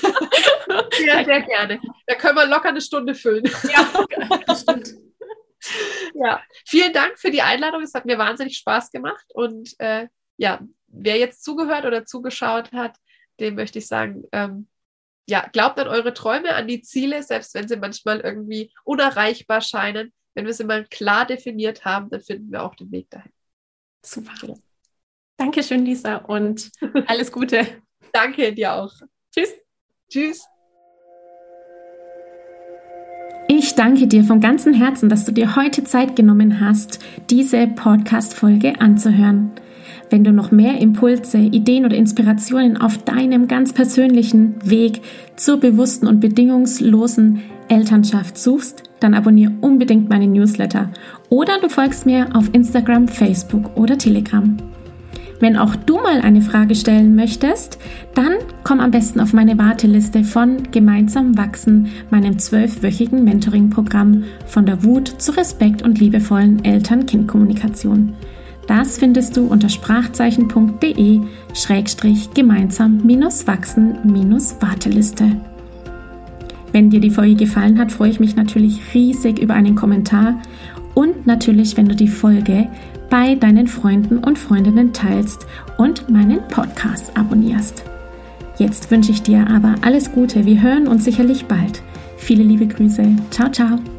Sehr, sehr gerne. Da können wir locker eine Stunde füllen. Ja, das stimmt. Ja, vielen Dank für die Einladung. Es hat mir wahnsinnig Spaß gemacht. Und wer jetzt zugehört oder zugeschaut hat, dem möchte ich sagen, glaubt an eure Träume, an die Ziele, selbst wenn sie manchmal irgendwie unerreichbar scheinen. Wenn wir sie mal klar definiert haben, dann finden wir auch den Weg dahin. Super. Ja. Dankeschön, Lisa, und alles Gute. Danke, dir auch. Tschüss. Tschüss. Ich danke dir von ganzem Herzen, dass du dir heute Zeit genommen hast, diese Podcast-Folge anzuhören. Wenn du noch mehr Impulse, Ideen oder Inspirationen auf deinem ganz persönlichen Weg zur bewussten und bedingungslosen Elternschaft suchst, dann abonniere unbedingt meine Newsletter oder du folgst mir auf Instagram, Facebook oder Telegram. Wenn auch du mal eine Frage stellen möchtest, dann komm am besten auf meine Warteliste von Gemeinsam wachsen, meinem 12-wöchigen Mentoring-Programm von der Wut zu Respekt und liebevollen Eltern-Kind-Kommunikation. Das findest du unter sprachzeichen.de/gemeinsam-wachsen-Warteliste. Wenn dir die Folge gefallen hat, freue ich mich natürlich riesig über einen Kommentar und natürlich, wenn du die Folge bei deinen Freunden und Freundinnen teilst und meinen Podcast abonnierst. Jetzt wünsche ich dir aber alles Gute. Wir hören uns sicherlich bald. Viele liebe Grüße. Ciao, ciao.